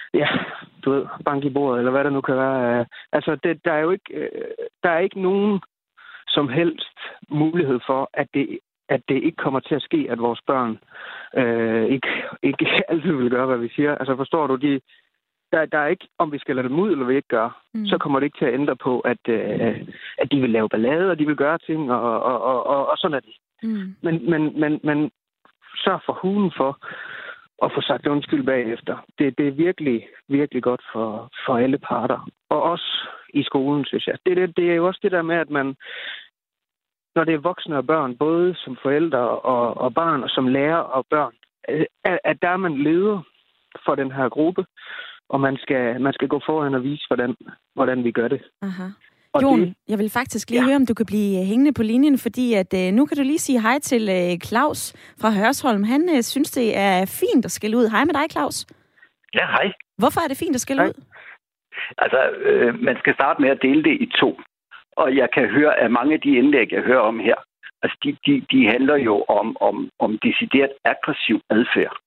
ja, du ved, bank i bordet, eller hvad der nu kan være. Altså, det, der er jo ikke, der er ikke nogen som helst mulighed for, at det, at det ikke kommer til at ske, at vores børn øh, ikke, ikke altid vil gøre, hvad vi siger. Altså, forstår du, de, der, der er ikke, om vi skal lade dem ud, eller vi ikke gør, mm. så kommer det ikke til at ændre på, at, øh, at de vil lave ballade, og de vil gøre ting, og, og, og, og, og sådan er de. Mm. Men, men, men, men sørg for hulen for at få sagt undskyld bagefter. Det, det er virkelig, virkelig godt for, for alle parter. Og også i skolen, synes jeg. Det, det, det er jo også det der med, at man, når det er voksne og børn, både som forældre og, og barn, og som lærer og børn, at, at der er man leder for den her gruppe, og man skal, man skal gå foran og vise, hvordan, hvordan vi gør det.
Aha. Jon, det, jeg vil faktisk lige ja. høre, om du kan blive hængende på linjen, fordi at, øh, nu kan du lige sige hej til øh, Claus fra Hørsholm. Han øh, synes, det er fint at skælde ud. Hej med dig, Claus.
Ja, hej.
Hvorfor er det fint at skælde
hej. ud? Altså, øh, man skal starte med at dele det i to. Og jeg kan høre, at mange af de indlæg, jeg hører om her, altså, de, de, de handler jo om, om, om decideret aggressiv adfærd.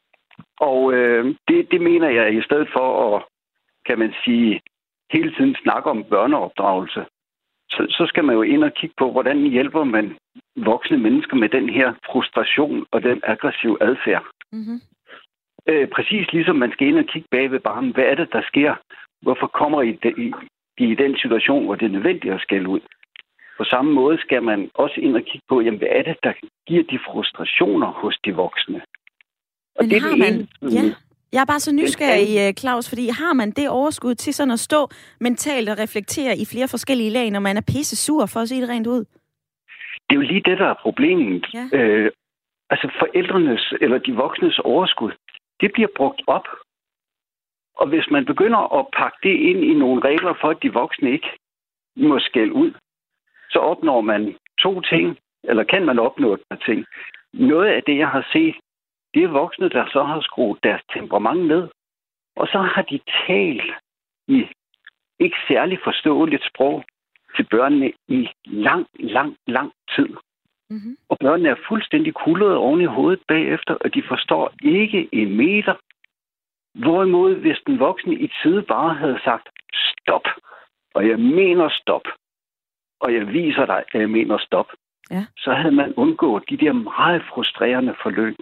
Og øh, det, det mener jeg, i stedet for at, kan man sige, hele tiden snakke om børneopdragelse, så, så skal man jo ind og kigge på, hvordan hjælper man voksne mennesker med den her frustration og den aggressive adfærd. Mm-hmm. Øh, præcis ligesom man skal ind og kigge bag ved barnet. Hvad er det, der sker? Hvorfor kommer I i, i, i den situation, hvor det er nødvendigt at skælde ud? På samme måde skal man også ind og kigge på, jamen, hvad er det, der giver de frustrationer hos de voksne? Og
Men
det er
har man... Ja. Jeg er bare så nysgerrig, Claus, fordi har man det overskud til sådan at stå mentalt og reflektere i flere forskellige lag, når man er pisse sur, for at sige det rent ud?
Det er jo lige det, der er problemet. Ja. Øh, altså forældrenes eller de voksnes overskud, det bliver brugt op. Og hvis man begynder at pakke det ind i nogle regler for, at de voksne ikke må skælde ud, så opnår man to ting, eller kan man opnå et par ting. Noget af det, jeg har set, det er voksne, der så har skruet deres temperament ned. Og så har de talt i ikke særlig forståeligt sprog til børnene i lang, lang, lang tid. Mm-hmm. Og børnene er fuldstændig kuldrede oven i hovedet bagefter, og de forstår ikke en meter. Hvorimod, hvis den voksne i tide bare havde sagt stop, og jeg mener stop, og jeg viser dig, at jeg mener stop, ja. Så havde man undgået de der meget frustrerende forløb.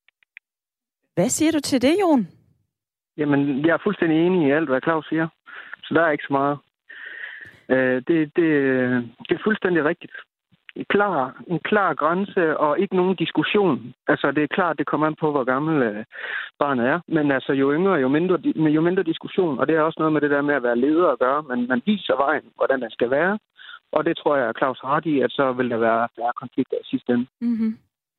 Hvad siger du til det, Jon?
Jamen, jeg er fuldstændig enig i alt, hvad Claus siger. Så der er ikke så meget. Øh, det, det, det er fuldstændig rigtigt. En klar, en klar grænse og ikke nogen diskussion. Altså, det er klart, det kommer an på, hvor gammel øh, barnet er. Men altså, jo yngre, jo mindre, jo mindre diskussion. Og det er også noget med det der med at være leder at gøre. Men man viser vejen, hvordan den skal være. Og det tror jeg, at Claus har ret i, at så vil der være flere konflikter i sidste ende. Mm-hmm.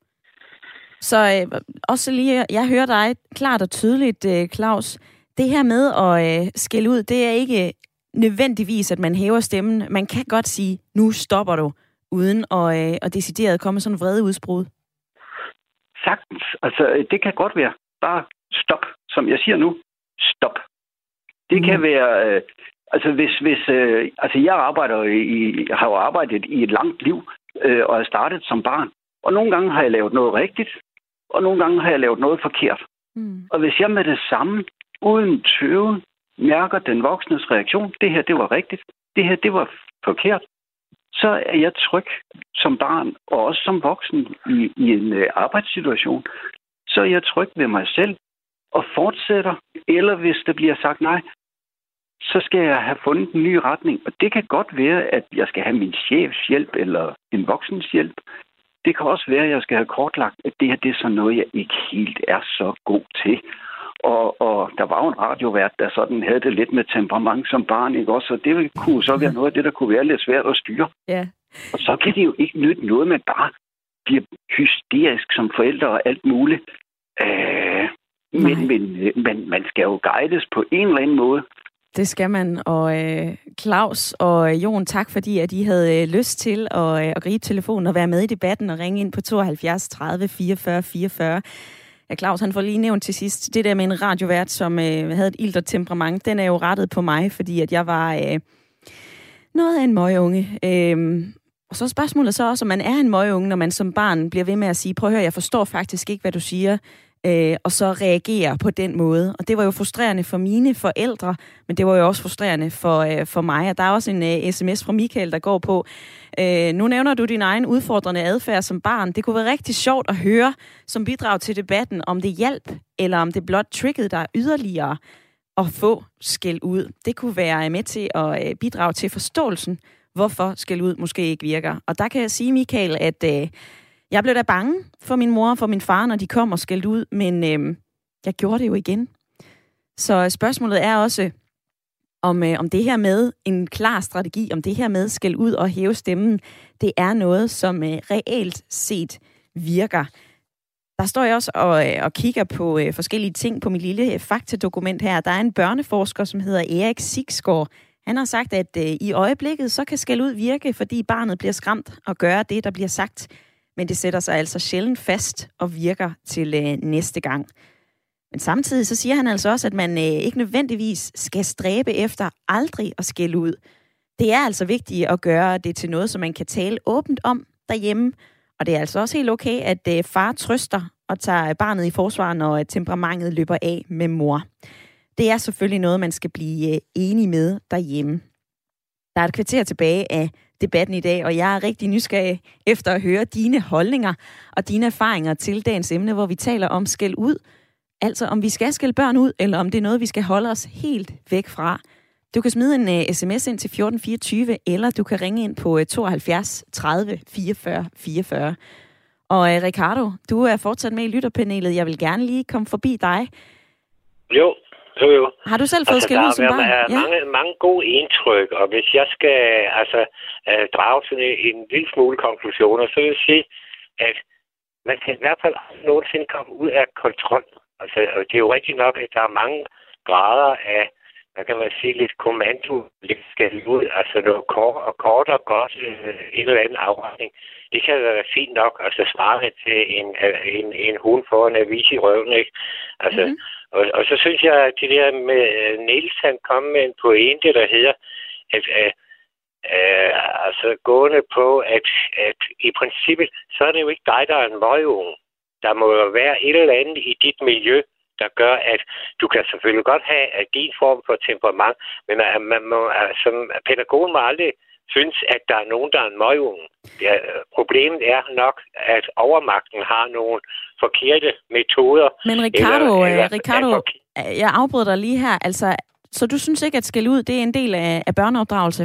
Så øh, også lige, jeg hører dig klart og tydeligt, øh, Claus. Det her med at øh, skælde ud, det er ikke nødvendigvis, at man hæver stemmen. Man kan godt sige, nu stopper du, uden at, øh, at decideret komme sådan en vrede udsbrud.
Sagtens. Altså, det kan godt være. Bare stop. Som jeg siger nu, stop. Det mm. kan være... Øh, altså, hvis... hvis øh, altså, jeg arbejder i, har jo arbejdet i et langt liv, øh, og er startet som barn. Og nogle gange har jeg lavet noget rigtigt, og nogle gange har jeg lavet noget forkert. Mm. Og hvis jeg med det samme, uden tøven, mærker den voksnes reaktion, det her, det var rigtigt, det her, det var forkert, så er jeg tryg som barn, og også som voksen i, i en uh, arbejdssituation, så er jeg tryg ved mig selv, og fortsætter, eller hvis der bliver sagt nej, så skal jeg have fundet en ny retning. Og det kan godt være, at jeg skal have min chefs hjælp, eller en voksens hjælp. Det kan også være, at jeg skal have kortlagt, at det her det er sådan noget, jeg ikke helt er så god til. Og, og der var jo en radiovært, der sådan havde det lidt med temperament som barn, ikke også? Så det kunne så være noget af det, der kunne være lidt svært at styre. Ja. Og så kan det jo ikke nytte noget, man bare bliver hysterisk som forældre og alt muligt. Øh, men, men, men man skal jo guides på en eller anden måde.
Det skal man, og øh, Claus og Jon, tak fordi, at I havde øh, lyst til at, øh, at gribe telefonen og være med i debatten og ringe ind på tooghalvfjerds tredive fireogfyrre fireogfyrre. Ja, Claus, han får lige nævnt til sidst, det der med en radiovært, som øh, havde et iltert temperament, den er jo rettet på mig, fordi at jeg var øh, noget af en møgunge. Øh, og så er spørgsmålet så også, om man er en møgunge, når man som barn bliver ved med at sige, prøv at høre, jeg forstår faktisk ikke, hvad du siger. øh, og så reagere på den måde. Og det var jo frustrerende for mine forældre, men det var jo også frustrerende for, øh, for mig. Og der er også en øh, sms fra Michael, der går på, øh, nu nævner du din egen udfordrende adfærd som barn. Det kunne være rigtig sjovt at høre som bidrag til debatten, om det hjalp, eller om det blot triggede dig yderligere at få skæld ud. Det kunne være med til at øh, bidrage til forståelsen, hvorfor skæld ud måske ikke virker. Og der kan jeg sige, Michael, at øh, jeg blev da bange for min mor og for min far, når de kom og skældte ud, men øh, jeg gjorde det jo igen. Så spørgsmålet er også, om, øh, om det her med en klar strategi, om det her med skæld ud og hæve stemmen, det er noget, som øh, reelt set virker. Der står jeg også og, øh, og kigger på øh, forskellige ting på mit lille øh, faktadokument her. Der er en børneforsker, som hedder Erik Sigsgaard. Han har sagt, at øh, i øjeblikket så kan skæld ud virke, fordi barnet bliver skræmt og gør det, der bliver sagt. Men det sætter sig altså sjældent fast og virker til øh, næste gang. Men samtidig så siger han altså også, at man øh, ikke nødvendigvis skal stræbe efter aldrig at skælde ud. Det er altså vigtigt at gøre det til noget, som man kan tale åbent om derhjemme. Og det er altså også helt okay, at øh, far trøster og tager barnet i forsvar, når temperamentet løber af med mor. Det er selvfølgelig noget, man skal blive øh, enig med derhjemme. Der er et kvarter tilbage af debatten i dag, og jeg er rigtig nysgerrig efter at høre dine holdninger og dine erfaringer til dagens emne, hvor vi taler om skæld ud. Altså om vi skal skælde børn ud, eller om det er noget, vi skal holde os helt væk fra. Du kan smide en uh, sms ind til fjorten fireogtyve, eller du kan ringe ind på uh, tooghalvfjerds tredive fireogfyrre fireogfyrre. Og uh, Ricardo, du er fortsat med i lytterpanelet. Jeg vil gerne lige komme forbi dig.
Jo, jo, jo.
Har du selv fået
altså,
skæld ud som barn?
Der er ja. mange, mange gode indtryk, og hvis jeg skal altså, uh, drage sådan en, en lille smule konklusioner, så vil jeg sige, at man kan i hvert fald nogensinde komme ud af kontrol. Altså, det er jo rigtigt nok, at der er mange grader af, hvad kan man sige, lidt kommando, lidt skæld ud, altså noget kort og kort og godt, øh, en eller anden afretning. Det kan være fint nok, altså svare til en, en, en hund for en avis i røven, ikke? Altså, mm-hmm. og, og så synes jeg, at det der med Niels, han kom med en pointe, der hedder, at øh, øh, altså gående på, at, at i princippet, så er det jo ikke dig, der er en møgeunge. Der må jo være et eller andet i dit miljø, der gør, at du kan selvfølgelig godt have din form for temperament, men man må, som pædagogen må aldrig synes, at der er nogen, der er en møgeunge. Ja, problemet er nok, at overmagten har nogle forkerte metoder.
Men Ricardo,
eller, eller,
Ricardo fork- jeg afbryder dig lige her. Altså, så du synes ikke, at skæld ud, det er en del af, af børneopdragelse?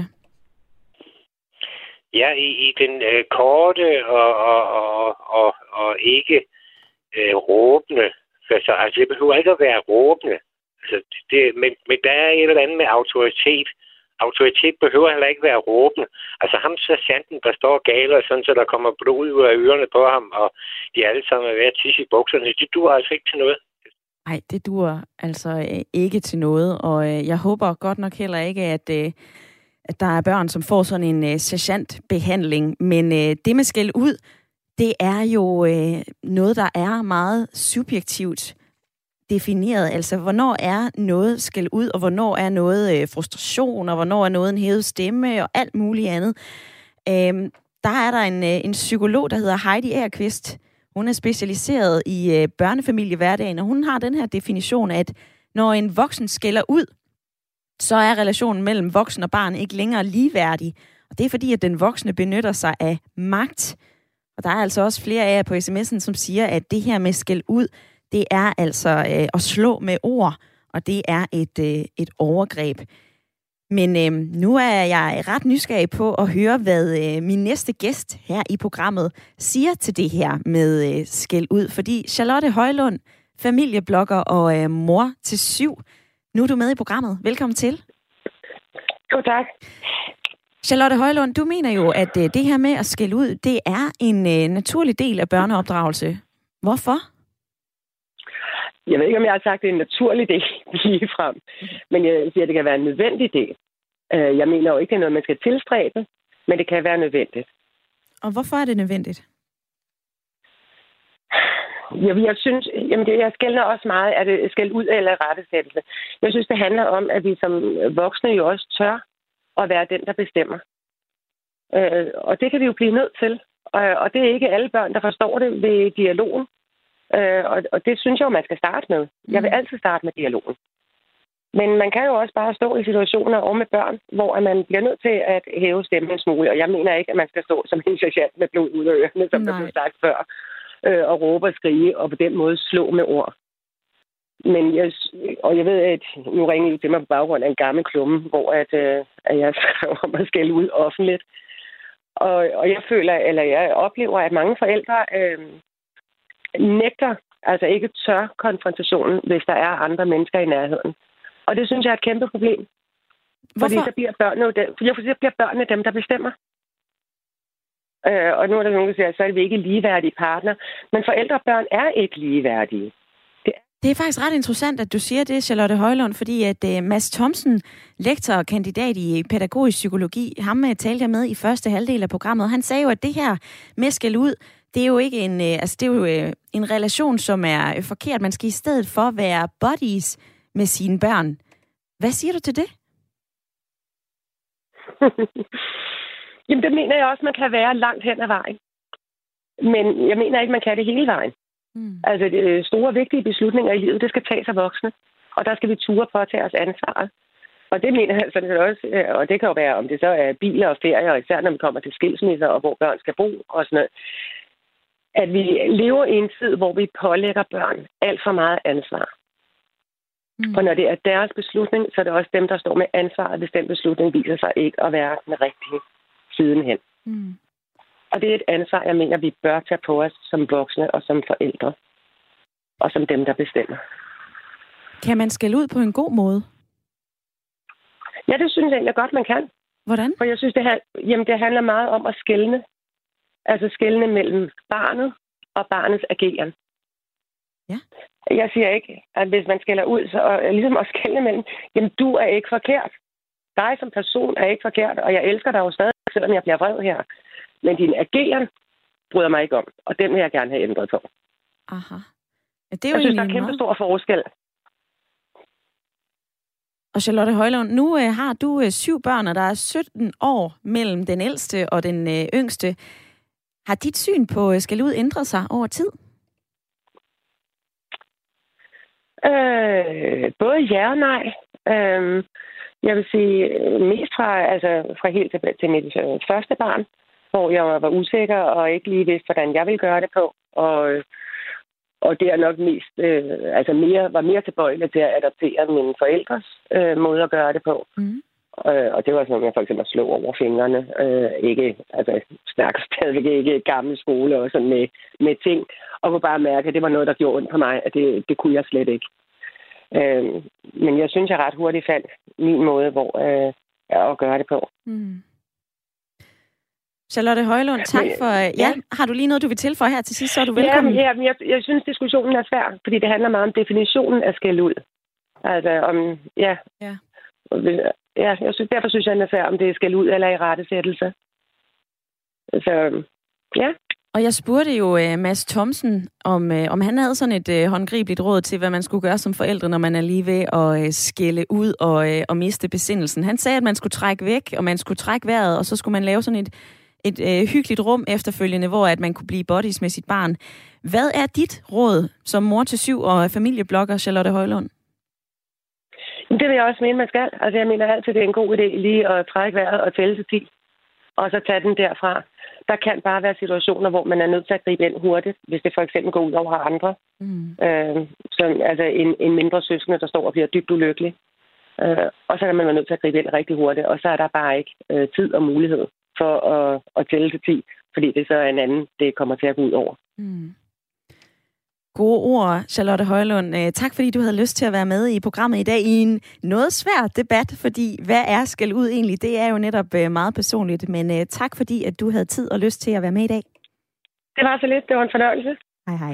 Ja, i, i den øh, korte og, og, og, og, og ikke øh, råbende. Altså, altså, det behøver ikke at være råbende. Altså, det, men, men der er et eller andet med autoritet. Autoritet behøver heller ikke være råbende. Altså ham sergeanten, der står galer, sådan så der kommer blod ud af ørerne på ham, og de alle sammen er ved at tisse i bukserne. Det duer altså ikke til noget.
Nej, det duer altså øh, ikke til noget, og øh, jeg håber godt nok heller ikke, at, øh, at der er børn, som får sådan en øh, sergeantbehandling. Men øh, det med skæld ud, det er jo øh, noget, der er meget subjektivt defineret. Altså, hvornår er noget skæld ud, og hvornår er noget øh, frustration, og hvornår er noget en hævet stemme, og alt muligt andet. Øh, der er der en, øh, en psykolog, der hedder Heidi Agerqvist. Hun er specialiseret i øh, børnefamiliehverdagen, og hun har den her definition, at når en voksen skælder ud, så er relationen mellem voksen og barn ikke længere ligeværdig. Og det er fordi, at den voksne benytter sig af magt. Og der er altså også flere af jer på sms'en, som siger, at det her med skæld ud, det er altså øh, at slå med ord, og det er et, øh, et overgreb. Men øh, nu er jeg ret nysgerrig på at høre, hvad øh, min næste gæst her i programmet siger til det her med øh, skæld ud. Fordi Charlotte Højlund, familieblogger og øh, mor til syv, nu er du med i programmet. Velkommen til.
God tak.
Charlotte Højlund, du mener jo, at øh, det her med at skælde ud, det er en øh, naturlig del af børneopdragelse. Hvorfor?
Jeg ved ikke, om jeg har sagt, at det er en naturlig del lige frem. Men jeg siger, at det kan være en nødvendig del. Jeg mener jo ikke, at det er noget, man skal tilstræbe, men det kan være nødvendigt.
Og hvorfor er det nødvendigt?
Jeg, jeg synes, jamen det, jeg skælder også meget, er det skæld ud eller rettesættelse. Jeg synes, det handler om, at vi som voksne jo også tør at være den, der bestemmer. Og det kan vi jo blive nødt til. Og det er ikke alle børn, der forstår det ved dialogen. Øh, og, og det synes jeg jo, man skal starte med. Jeg vil altid starte med dialogen. Men man kan jo også bare stå i situationer over med børn, hvor man bliver nødt til at hæve stemmen en smule. Og jeg mener ikke, at man skal stå som en sergeant med blod ud af ørerne, som der blev sagt før, øh, og råbe og skrige, og på den måde slå med ord. Men jeg, og jeg ved, at nu ringer I til mig på baggrund af en gammel klumme, hvor at, øh, at jeg skrev om at skælde ud offentligt. Og, og jeg føler, eller jeg oplever, at mange forældre øh, nægter, altså ikke tør konfrontationen, hvis der er andre mennesker i nærheden. Og det synes jeg er et kæmpe problem. Hvorfor? Fordi så bliver børnene, jo dem, fordi så bliver børnene dem, der bestemmer. Øh, og nu er der nogen, der siger, at så er vi ikke ligeværdige partner. Men forældre og børn er ikke ligeværdige. Det er,
det er faktisk ret interessant, at du siger det, Charlotte Højlund, fordi at uh, Mads Thomsen, lektor og kandidat i pædagogisk psykologi, ham talte jeg med i første halvdel af programmet, han sagde jo, at det her med at skælde ud, det er jo ikke en, uh, altså det er jo uh, en relation, som er uh, forkert. Man skal i stedet for være buddies med sine børn. Hvad siger du til det?
Jamen, det mener jeg også, man kan være langt hen ad vejen. Men jeg mener ikke, man kan det hele vejen. Mm. Altså, de store, vigtige beslutninger i livet, det skal tages af voksne. Og der skal vi ture på at tage os ansvaret. Og det mener jeg sådan set også, og det kan jo være, om det så er biler og ferier, og især når vi kommer til skilsmisser, og hvor børn skal bo og sådan noget. At vi lever i en tid, hvor vi pålægger børn alt for meget ansvar. Mm. Og når det er deres beslutning, så er det også dem, der står med ansvaret, hvis den beslutning viser sig ikke at være den rigtige sidenhen. Mm. Og det er et ansvar, jeg mener, vi bør tage på os som voksne og som forældre. Og som dem, der bestemmer.
Kan man skælde ud på en god måde?
Ja, det synes jeg egentlig godt, man kan.
Hvordan?
For jeg synes, det, her, jamen, det handler meget om at skelne. Altså skelne mellem barnet og barnets ageren.
Ja.
Jeg siger ikke, at hvis man skælder ud, så og ligesom at skelne mellem, jamen du er ikke forkert. Dig som person er ikke forkert, og jeg elsker dig jo stadig, selvom jeg bliver vred her. Men din ageren bryder mig ikke om, og den vil jeg gerne have ændret på.
Aha. Ja, det er jo
jeg synes, der er kæmpe stor forskel.
Og Charlotte Højlund, nu øh, har du øh, syv børn, og der er sytten år mellem den ældste og den øh, yngste. Har dit syn på øh, skæld ud ændret sig over tid?
Øh, både ja og nej. Øh, jeg vil sige mest fra, altså, fra helt tilbage til mit øh, første barn, hvor jeg var usikker og ikke lige vidste, hvordan jeg ville gøre det på. Og, og det er nok mest, øh, altså mere, var mere tilbøjelig til at adoptere mine forældres øh, måde at gøre det på. Mm. Øh, og det var sådan, at jeg for eksempel slog over fingrene. Øh, ikke, altså snakker stadigvæk ikke gammel skole og sådan med, med ting. Og kunne bare mærke, at det var noget, der gjorde ondt på mig, at det, det kunne jeg slet ikke. Øh, men jeg synes, jeg ret hurtigt fandt min måde, hvor øh, at gøre det på.
Mm. Charlotte Højlund, tak for... Ja, ja, har du lige noget, du vil tilføje her til sidst, så er du velkommen.
Ja, ja jeg, jeg synes, diskussionen er svær, fordi det handler meget om definitionen af skæld ud. Altså om... Ja.
Ja.
Ja, jeg synes, derfor synes jeg, den er svær, om det er skæld ud eller i rettesættelse. Så, ja.
Og jeg spurgte jo uh, Mads Thomsen, om, uh, om han havde sådan et uh, håndgribeligt råd til, hvad man skulle gøre som forældre, når man er lige ved at uh, skælde ud og, uh, og miste besindelsen. Han sagde, at man skulle trække væk, og man skulle trække vejret, og så skulle man lave sådan et, et uh, hyggeligt rum efterfølgende, hvor at man kunne blive buddies med sit barn. Hvad er dit råd som mor til syv og familieblogger, Charlotte Højlund?
Det vil jeg også mene, man skal. Altså, jeg mener altid, det er en god idé lige at trække vejret og tælle til ti, og så tage den derfra. Der kan bare være situationer, hvor man er nødt til at gribe ind hurtigt, hvis det for eksempel går ud over andre. Mm. Øh, som, altså en, en mindre søskende, der står og bliver dybt ulykkelig. Øh, og så kan man være nødt til at gribe ind rigtig hurtigt, og så er der bare ikke øh, tid og mulighed for at, at tælle til ti, fordi det så er en anden, det kommer til at gå ud over.
Mm. Gode ord, Charlotte Højlund. Tak fordi du havde lyst til at være med i programmet i dag i en noget svær debat, fordi hvad er skæld ud egentlig? Det er jo netop meget personligt, men tak fordi at du havde tid og lyst til at være med i dag.
Det var så lidt, det var en fornøjelse.
Hej hej.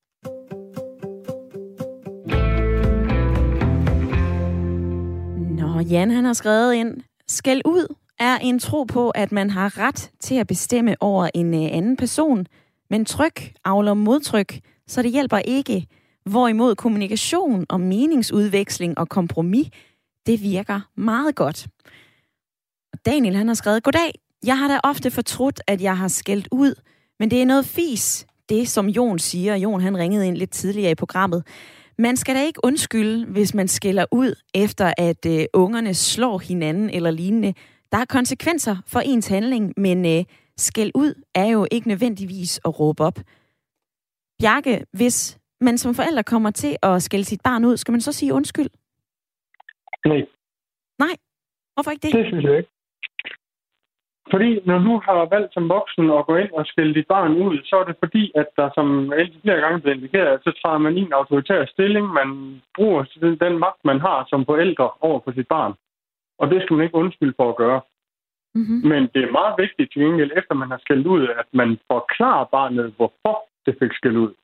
Nå, Jan han har skrevet ind, skæld ud er en tro på, at man har ret til at bestemme over en anden person, men tryk avler modtryk, så det hjælper ikke. Hvorimod kommunikation og meningsudveksling og kompromis, det virker meget godt. Daniel han har skrevet, goddag, jeg har da ofte fortrudt, at jeg har skældt ud, men det er noget fis. det, som Jon siger. Jon, han ringede ind lidt tidligere i programmet. Man skal da ikke undskylde, hvis man skælder ud efter, at øh, ungerne slår hinanden eller lignende. Der er konsekvenser for ens handling, men øh, skæld ud er jo ikke nødvendigvis at råbe op. Bjarke, hvis man som forælder kommer til at skælde sit barn ud, skal man så sige undskyld?
Nej.
Nej? Hvorfor ikke det?
Det synes jeg ikke. Fordi når du har valgt som voksen at gå ind og skælde dit barn ud, så er det fordi, at der som ellers flere gange bliver indikeret, så træder man i en autoritær stilling. Man bruger den magt, man har som forældre over for sit barn. Og det skal man ikke undskylde for at gøre. Mm-hmm. Men det er meget vigtigt til gengæld, efter man har skældt ud, at man forklarer barnet, hvorfor det fik skældt ud.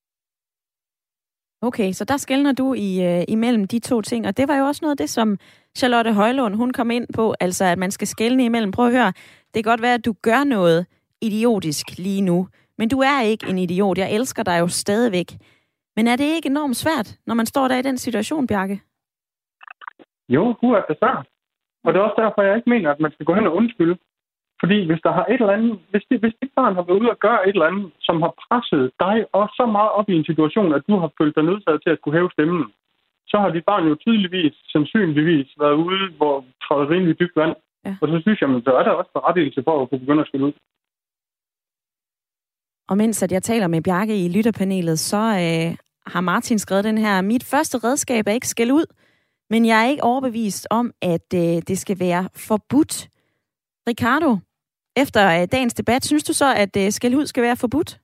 Okay, så der skelner du i, øh, imellem de to ting, og det var jo også noget af det, som Charlotte Højlund, hun kom ind på, altså at man skal skelne imellem. Prøv at høre, det kan godt være, at du gør noget idiotisk lige nu, men du er ikke en idiot. Jeg elsker dig jo stadigvæk. Men er det ikke enormt svært, når man står der i den situation, Bjarke?
Jo, du er det svært. Og det er også derfor, jeg ikke mener, at man skal gå hen og undskylde. Fordi hvis der har et eller andet, hvis det, hvis dit barn har været ude og gøre et eller andet, som har presset dig også så meget op i en situation, at du har følt dig nødsaget til at kunne hæve stemmen, så har dit barn jo tydeligvis, sandsynligvis, været ude, hvor træder rimelig dybt vand. Ja. Og så synes jeg, at der er der også berettigelse for at kunne begynde at skille ud.
Og mens at jeg taler med Bjarke i lytterpanelet, så øh, har Martin skrevet den her: mit første redskab er ikke skæld ud, men jeg er ikke overbevist om, at øh, det skal være forbudt. Ricardo, efter øh, dagens debat, synes du så, at øh, skæld ud skal være forbudt?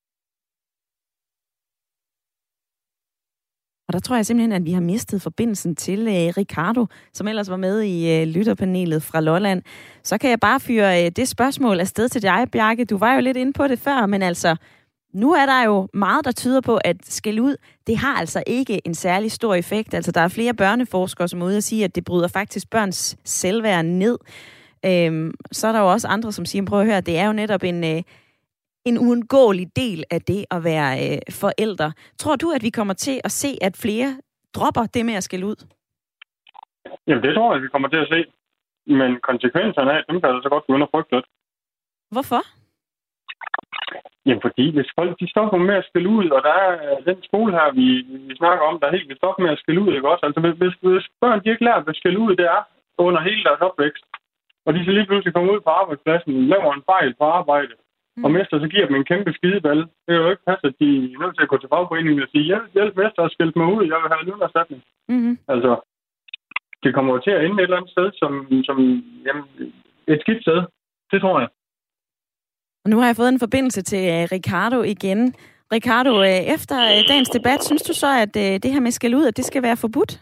Og der tror jeg simpelthen, at vi har mistet forbindelsen til øh, Ricardo, som ellers var med i øh, lytterpanelet fra Lolland. Så kan jeg bare fyre øh, det spørgsmål afsted til dig, Bjarke. Du var jo lidt inde på det før, men altså, nu er der jo meget, der tyder på, at skæld ud, det har altså ikke en særlig stor effekt. Altså, der er flere børneforskere, som er ude at sige, at det bryder faktisk børns selvværd ned. Øhm, så er der jo også andre, som siger, prøv at høre, det er jo netop en, øh, en uundgåelig del af det at være øh, forældre. Tror du, at vi kommer til at se, at flere dropper det med at skælde ud?
Jamen, det tror jeg, at vi kommer til at se. Men konsekvenserne af dem kan altså godt begynde at frygte lidt.
Hvorfor?
Jamen, fordi hvis folk de stopper med at skælde ud, og der er den skole her, vi, vi snakker om, der helt vil stoppe med at skælde ud, ikke også? Altså, hvis, hvis børn de ikke lærer, hvad skælde ud det er under hele deres opvækst, og de så lige pludselig kommer ud på arbejdspladsen, laver en fejl på arbejde, mm. og mester så giver dem en kæmpe skideball. Det er jo ikke passe, at de er nødt til at gå til fagforeningen og sige, hjælp, hjælp mester og skælde mig ud, jeg vil have lønerstatning. Mm-hmm. Altså, det kommer jo til at ende et eller andet sted, som, som jamen, et skidt sted. Det tror jeg.
Og nu har jeg fået en forbindelse til uh, Ricardo igen. Ricardo, uh, efter uh, dagens debat, synes du så, at uh, det her med skæld ud, at det skal være forbudt?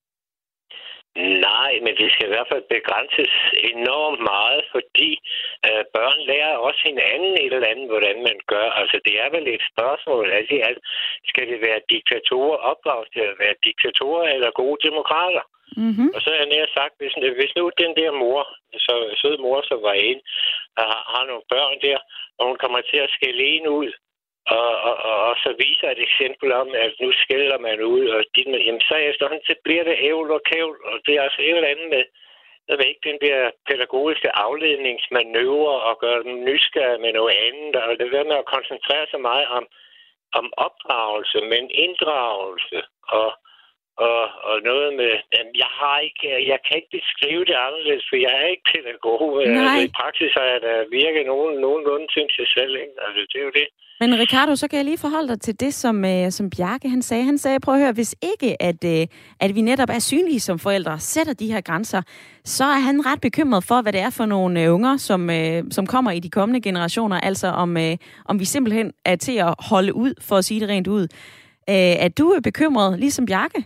Nej, men det skal i hvert fald begrænses enormt meget, fordi øh, børn lærer også hinanden et eller andet, hvordan man gør. Altså, det er vel et spørgsmål. Altså, altså, skal det være diktatorer, opdraget til at være diktatorer eller gode demokrater? Mm-hmm. Og så er jeg nær sagt, hvis, hvis nu den der mor, så søde mor, som var inde, har, har nogle børn der, og hun kommer til at skælde en ud, Og, og, og, og så viser et eksempel om, at nu skælder man ud, og dit med, jamen, så efterhånden, så bliver det ævl og kævl, og det er altså et eller andet med, jeg ved ikke, den der pædagogiske afledningsmanøvre, og gøre dem nysgerrige med noget andet, og det der med at koncentrere sig meget om, om opdragelse, men inddragelse, og, og, og noget med, jamen, jeg har ikke, jeg kan ikke beskrive det anderledes, for jeg er ikke pædagog. Altså, i praksis har jeg da virket nogen, nogenlunde til sig selv, ikke? Altså, det er jo det.
Men Ricardo, så kan jeg lige forholde dig til det, som, øh, som Bjarke han sagde. Han sagde, prøv at høre, hvis ikke, at, øh, at vi netop er synlige som forældre, sætter de her grænser, så er han ret bekymret for, hvad det er for nogle øh, unger, som, øh, som kommer i de kommende generationer. Altså om, øh, om vi simpelthen er til at holde ud, for at sige det rent ud. Øh, er du bekymret, ligesom Bjarke?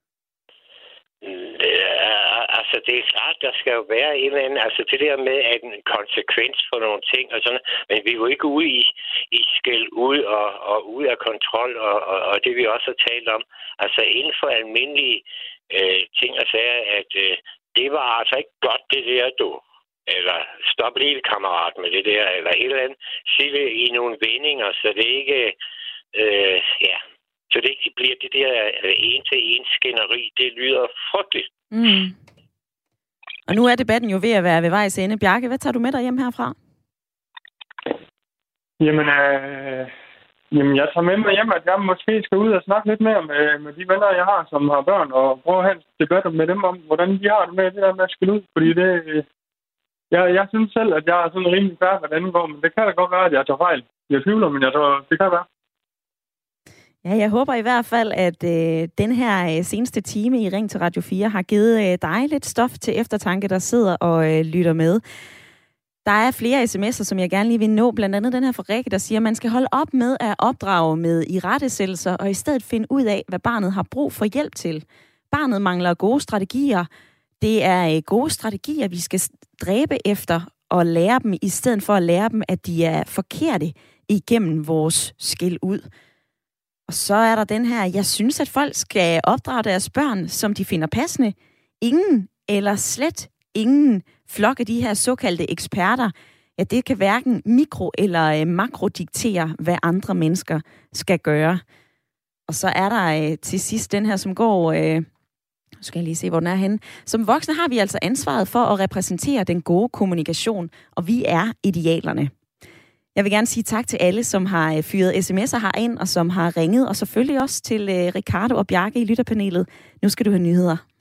Altså, det er klart, der skal jo være en eller anden, altså det der med at en konsekvens for nogle ting og sådan, men vi er jo ikke ude i, i skæld ud og, og ude af kontrol, og, og, og det vi også har talt om, altså inden for almindelige øh, ting og sager, at øh, det var altså ikke godt det der, du, eller stop lige kammerat med det der, eller et eller andet, sige det i nogle vendinger, så det ikke, øh, ja, så det ikke bliver det der en-til-en skænderi, det lyder frygteligt.
Mm. Og nu er debatten jo ved at være ved vejs ende. Bjarke, hvad tager du med dig hjem herfra?
Jamen, øh, Jamen, jeg tager med mig hjem, at jeg måske skal ud og snakke lidt mere med, med de venner, jeg har, som har børn, og prøve at have en debat med dem om, hvordan de har det med det der med at skille ud. Fordi det, jeg, jeg synes selv, at jeg er sådan rimelig færdig, hvad det angår, men det kan da godt være, at jeg tager fejl. Jeg tvivler, men jeg tror, det kan være.
Ja, jeg håber i hvert fald, at øh, den her øh, seneste time i Ring til Radio fire har givet øh, dig lidt stof til eftertanke, der sidder og øh, lytter med. Der er flere sms'er, som jeg gerne lige vil nå. Blandt andet den her fra Rikke, der siger, at man skal holde op med at opdrage med irettesættelser, og i stedet finde ud af, hvad barnet har brug for hjælp til. Barnet mangler gode strategier. Det er øh, gode strategier, vi skal dræbe efter og lære dem, i stedet for at lære dem, at de er forkerte igennem vores skæld ud. Og så er der den her, jeg synes, at folk skal opdrage deres børn, som de finder passende. Ingen eller slet ingen flok af de her såkaldte eksperter, ja, det kan hverken mikro- eller øh, makrodiktere, hvad andre mennesker skal gøre. Og så er der øh, til sidst den her, som går... Øh, nu skal jeg lige se, hvor den er henne. Som voksne har vi altså ansvaret for at repræsentere den gode kommunikation, og vi er idealerne. Jeg vil gerne sige tak til alle, som har fyret sms'er herind, og som har ringet, og selvfølgelig også til øh, Ricardo og Bjarke i lytterpanelet. Nu skal du have nyheder.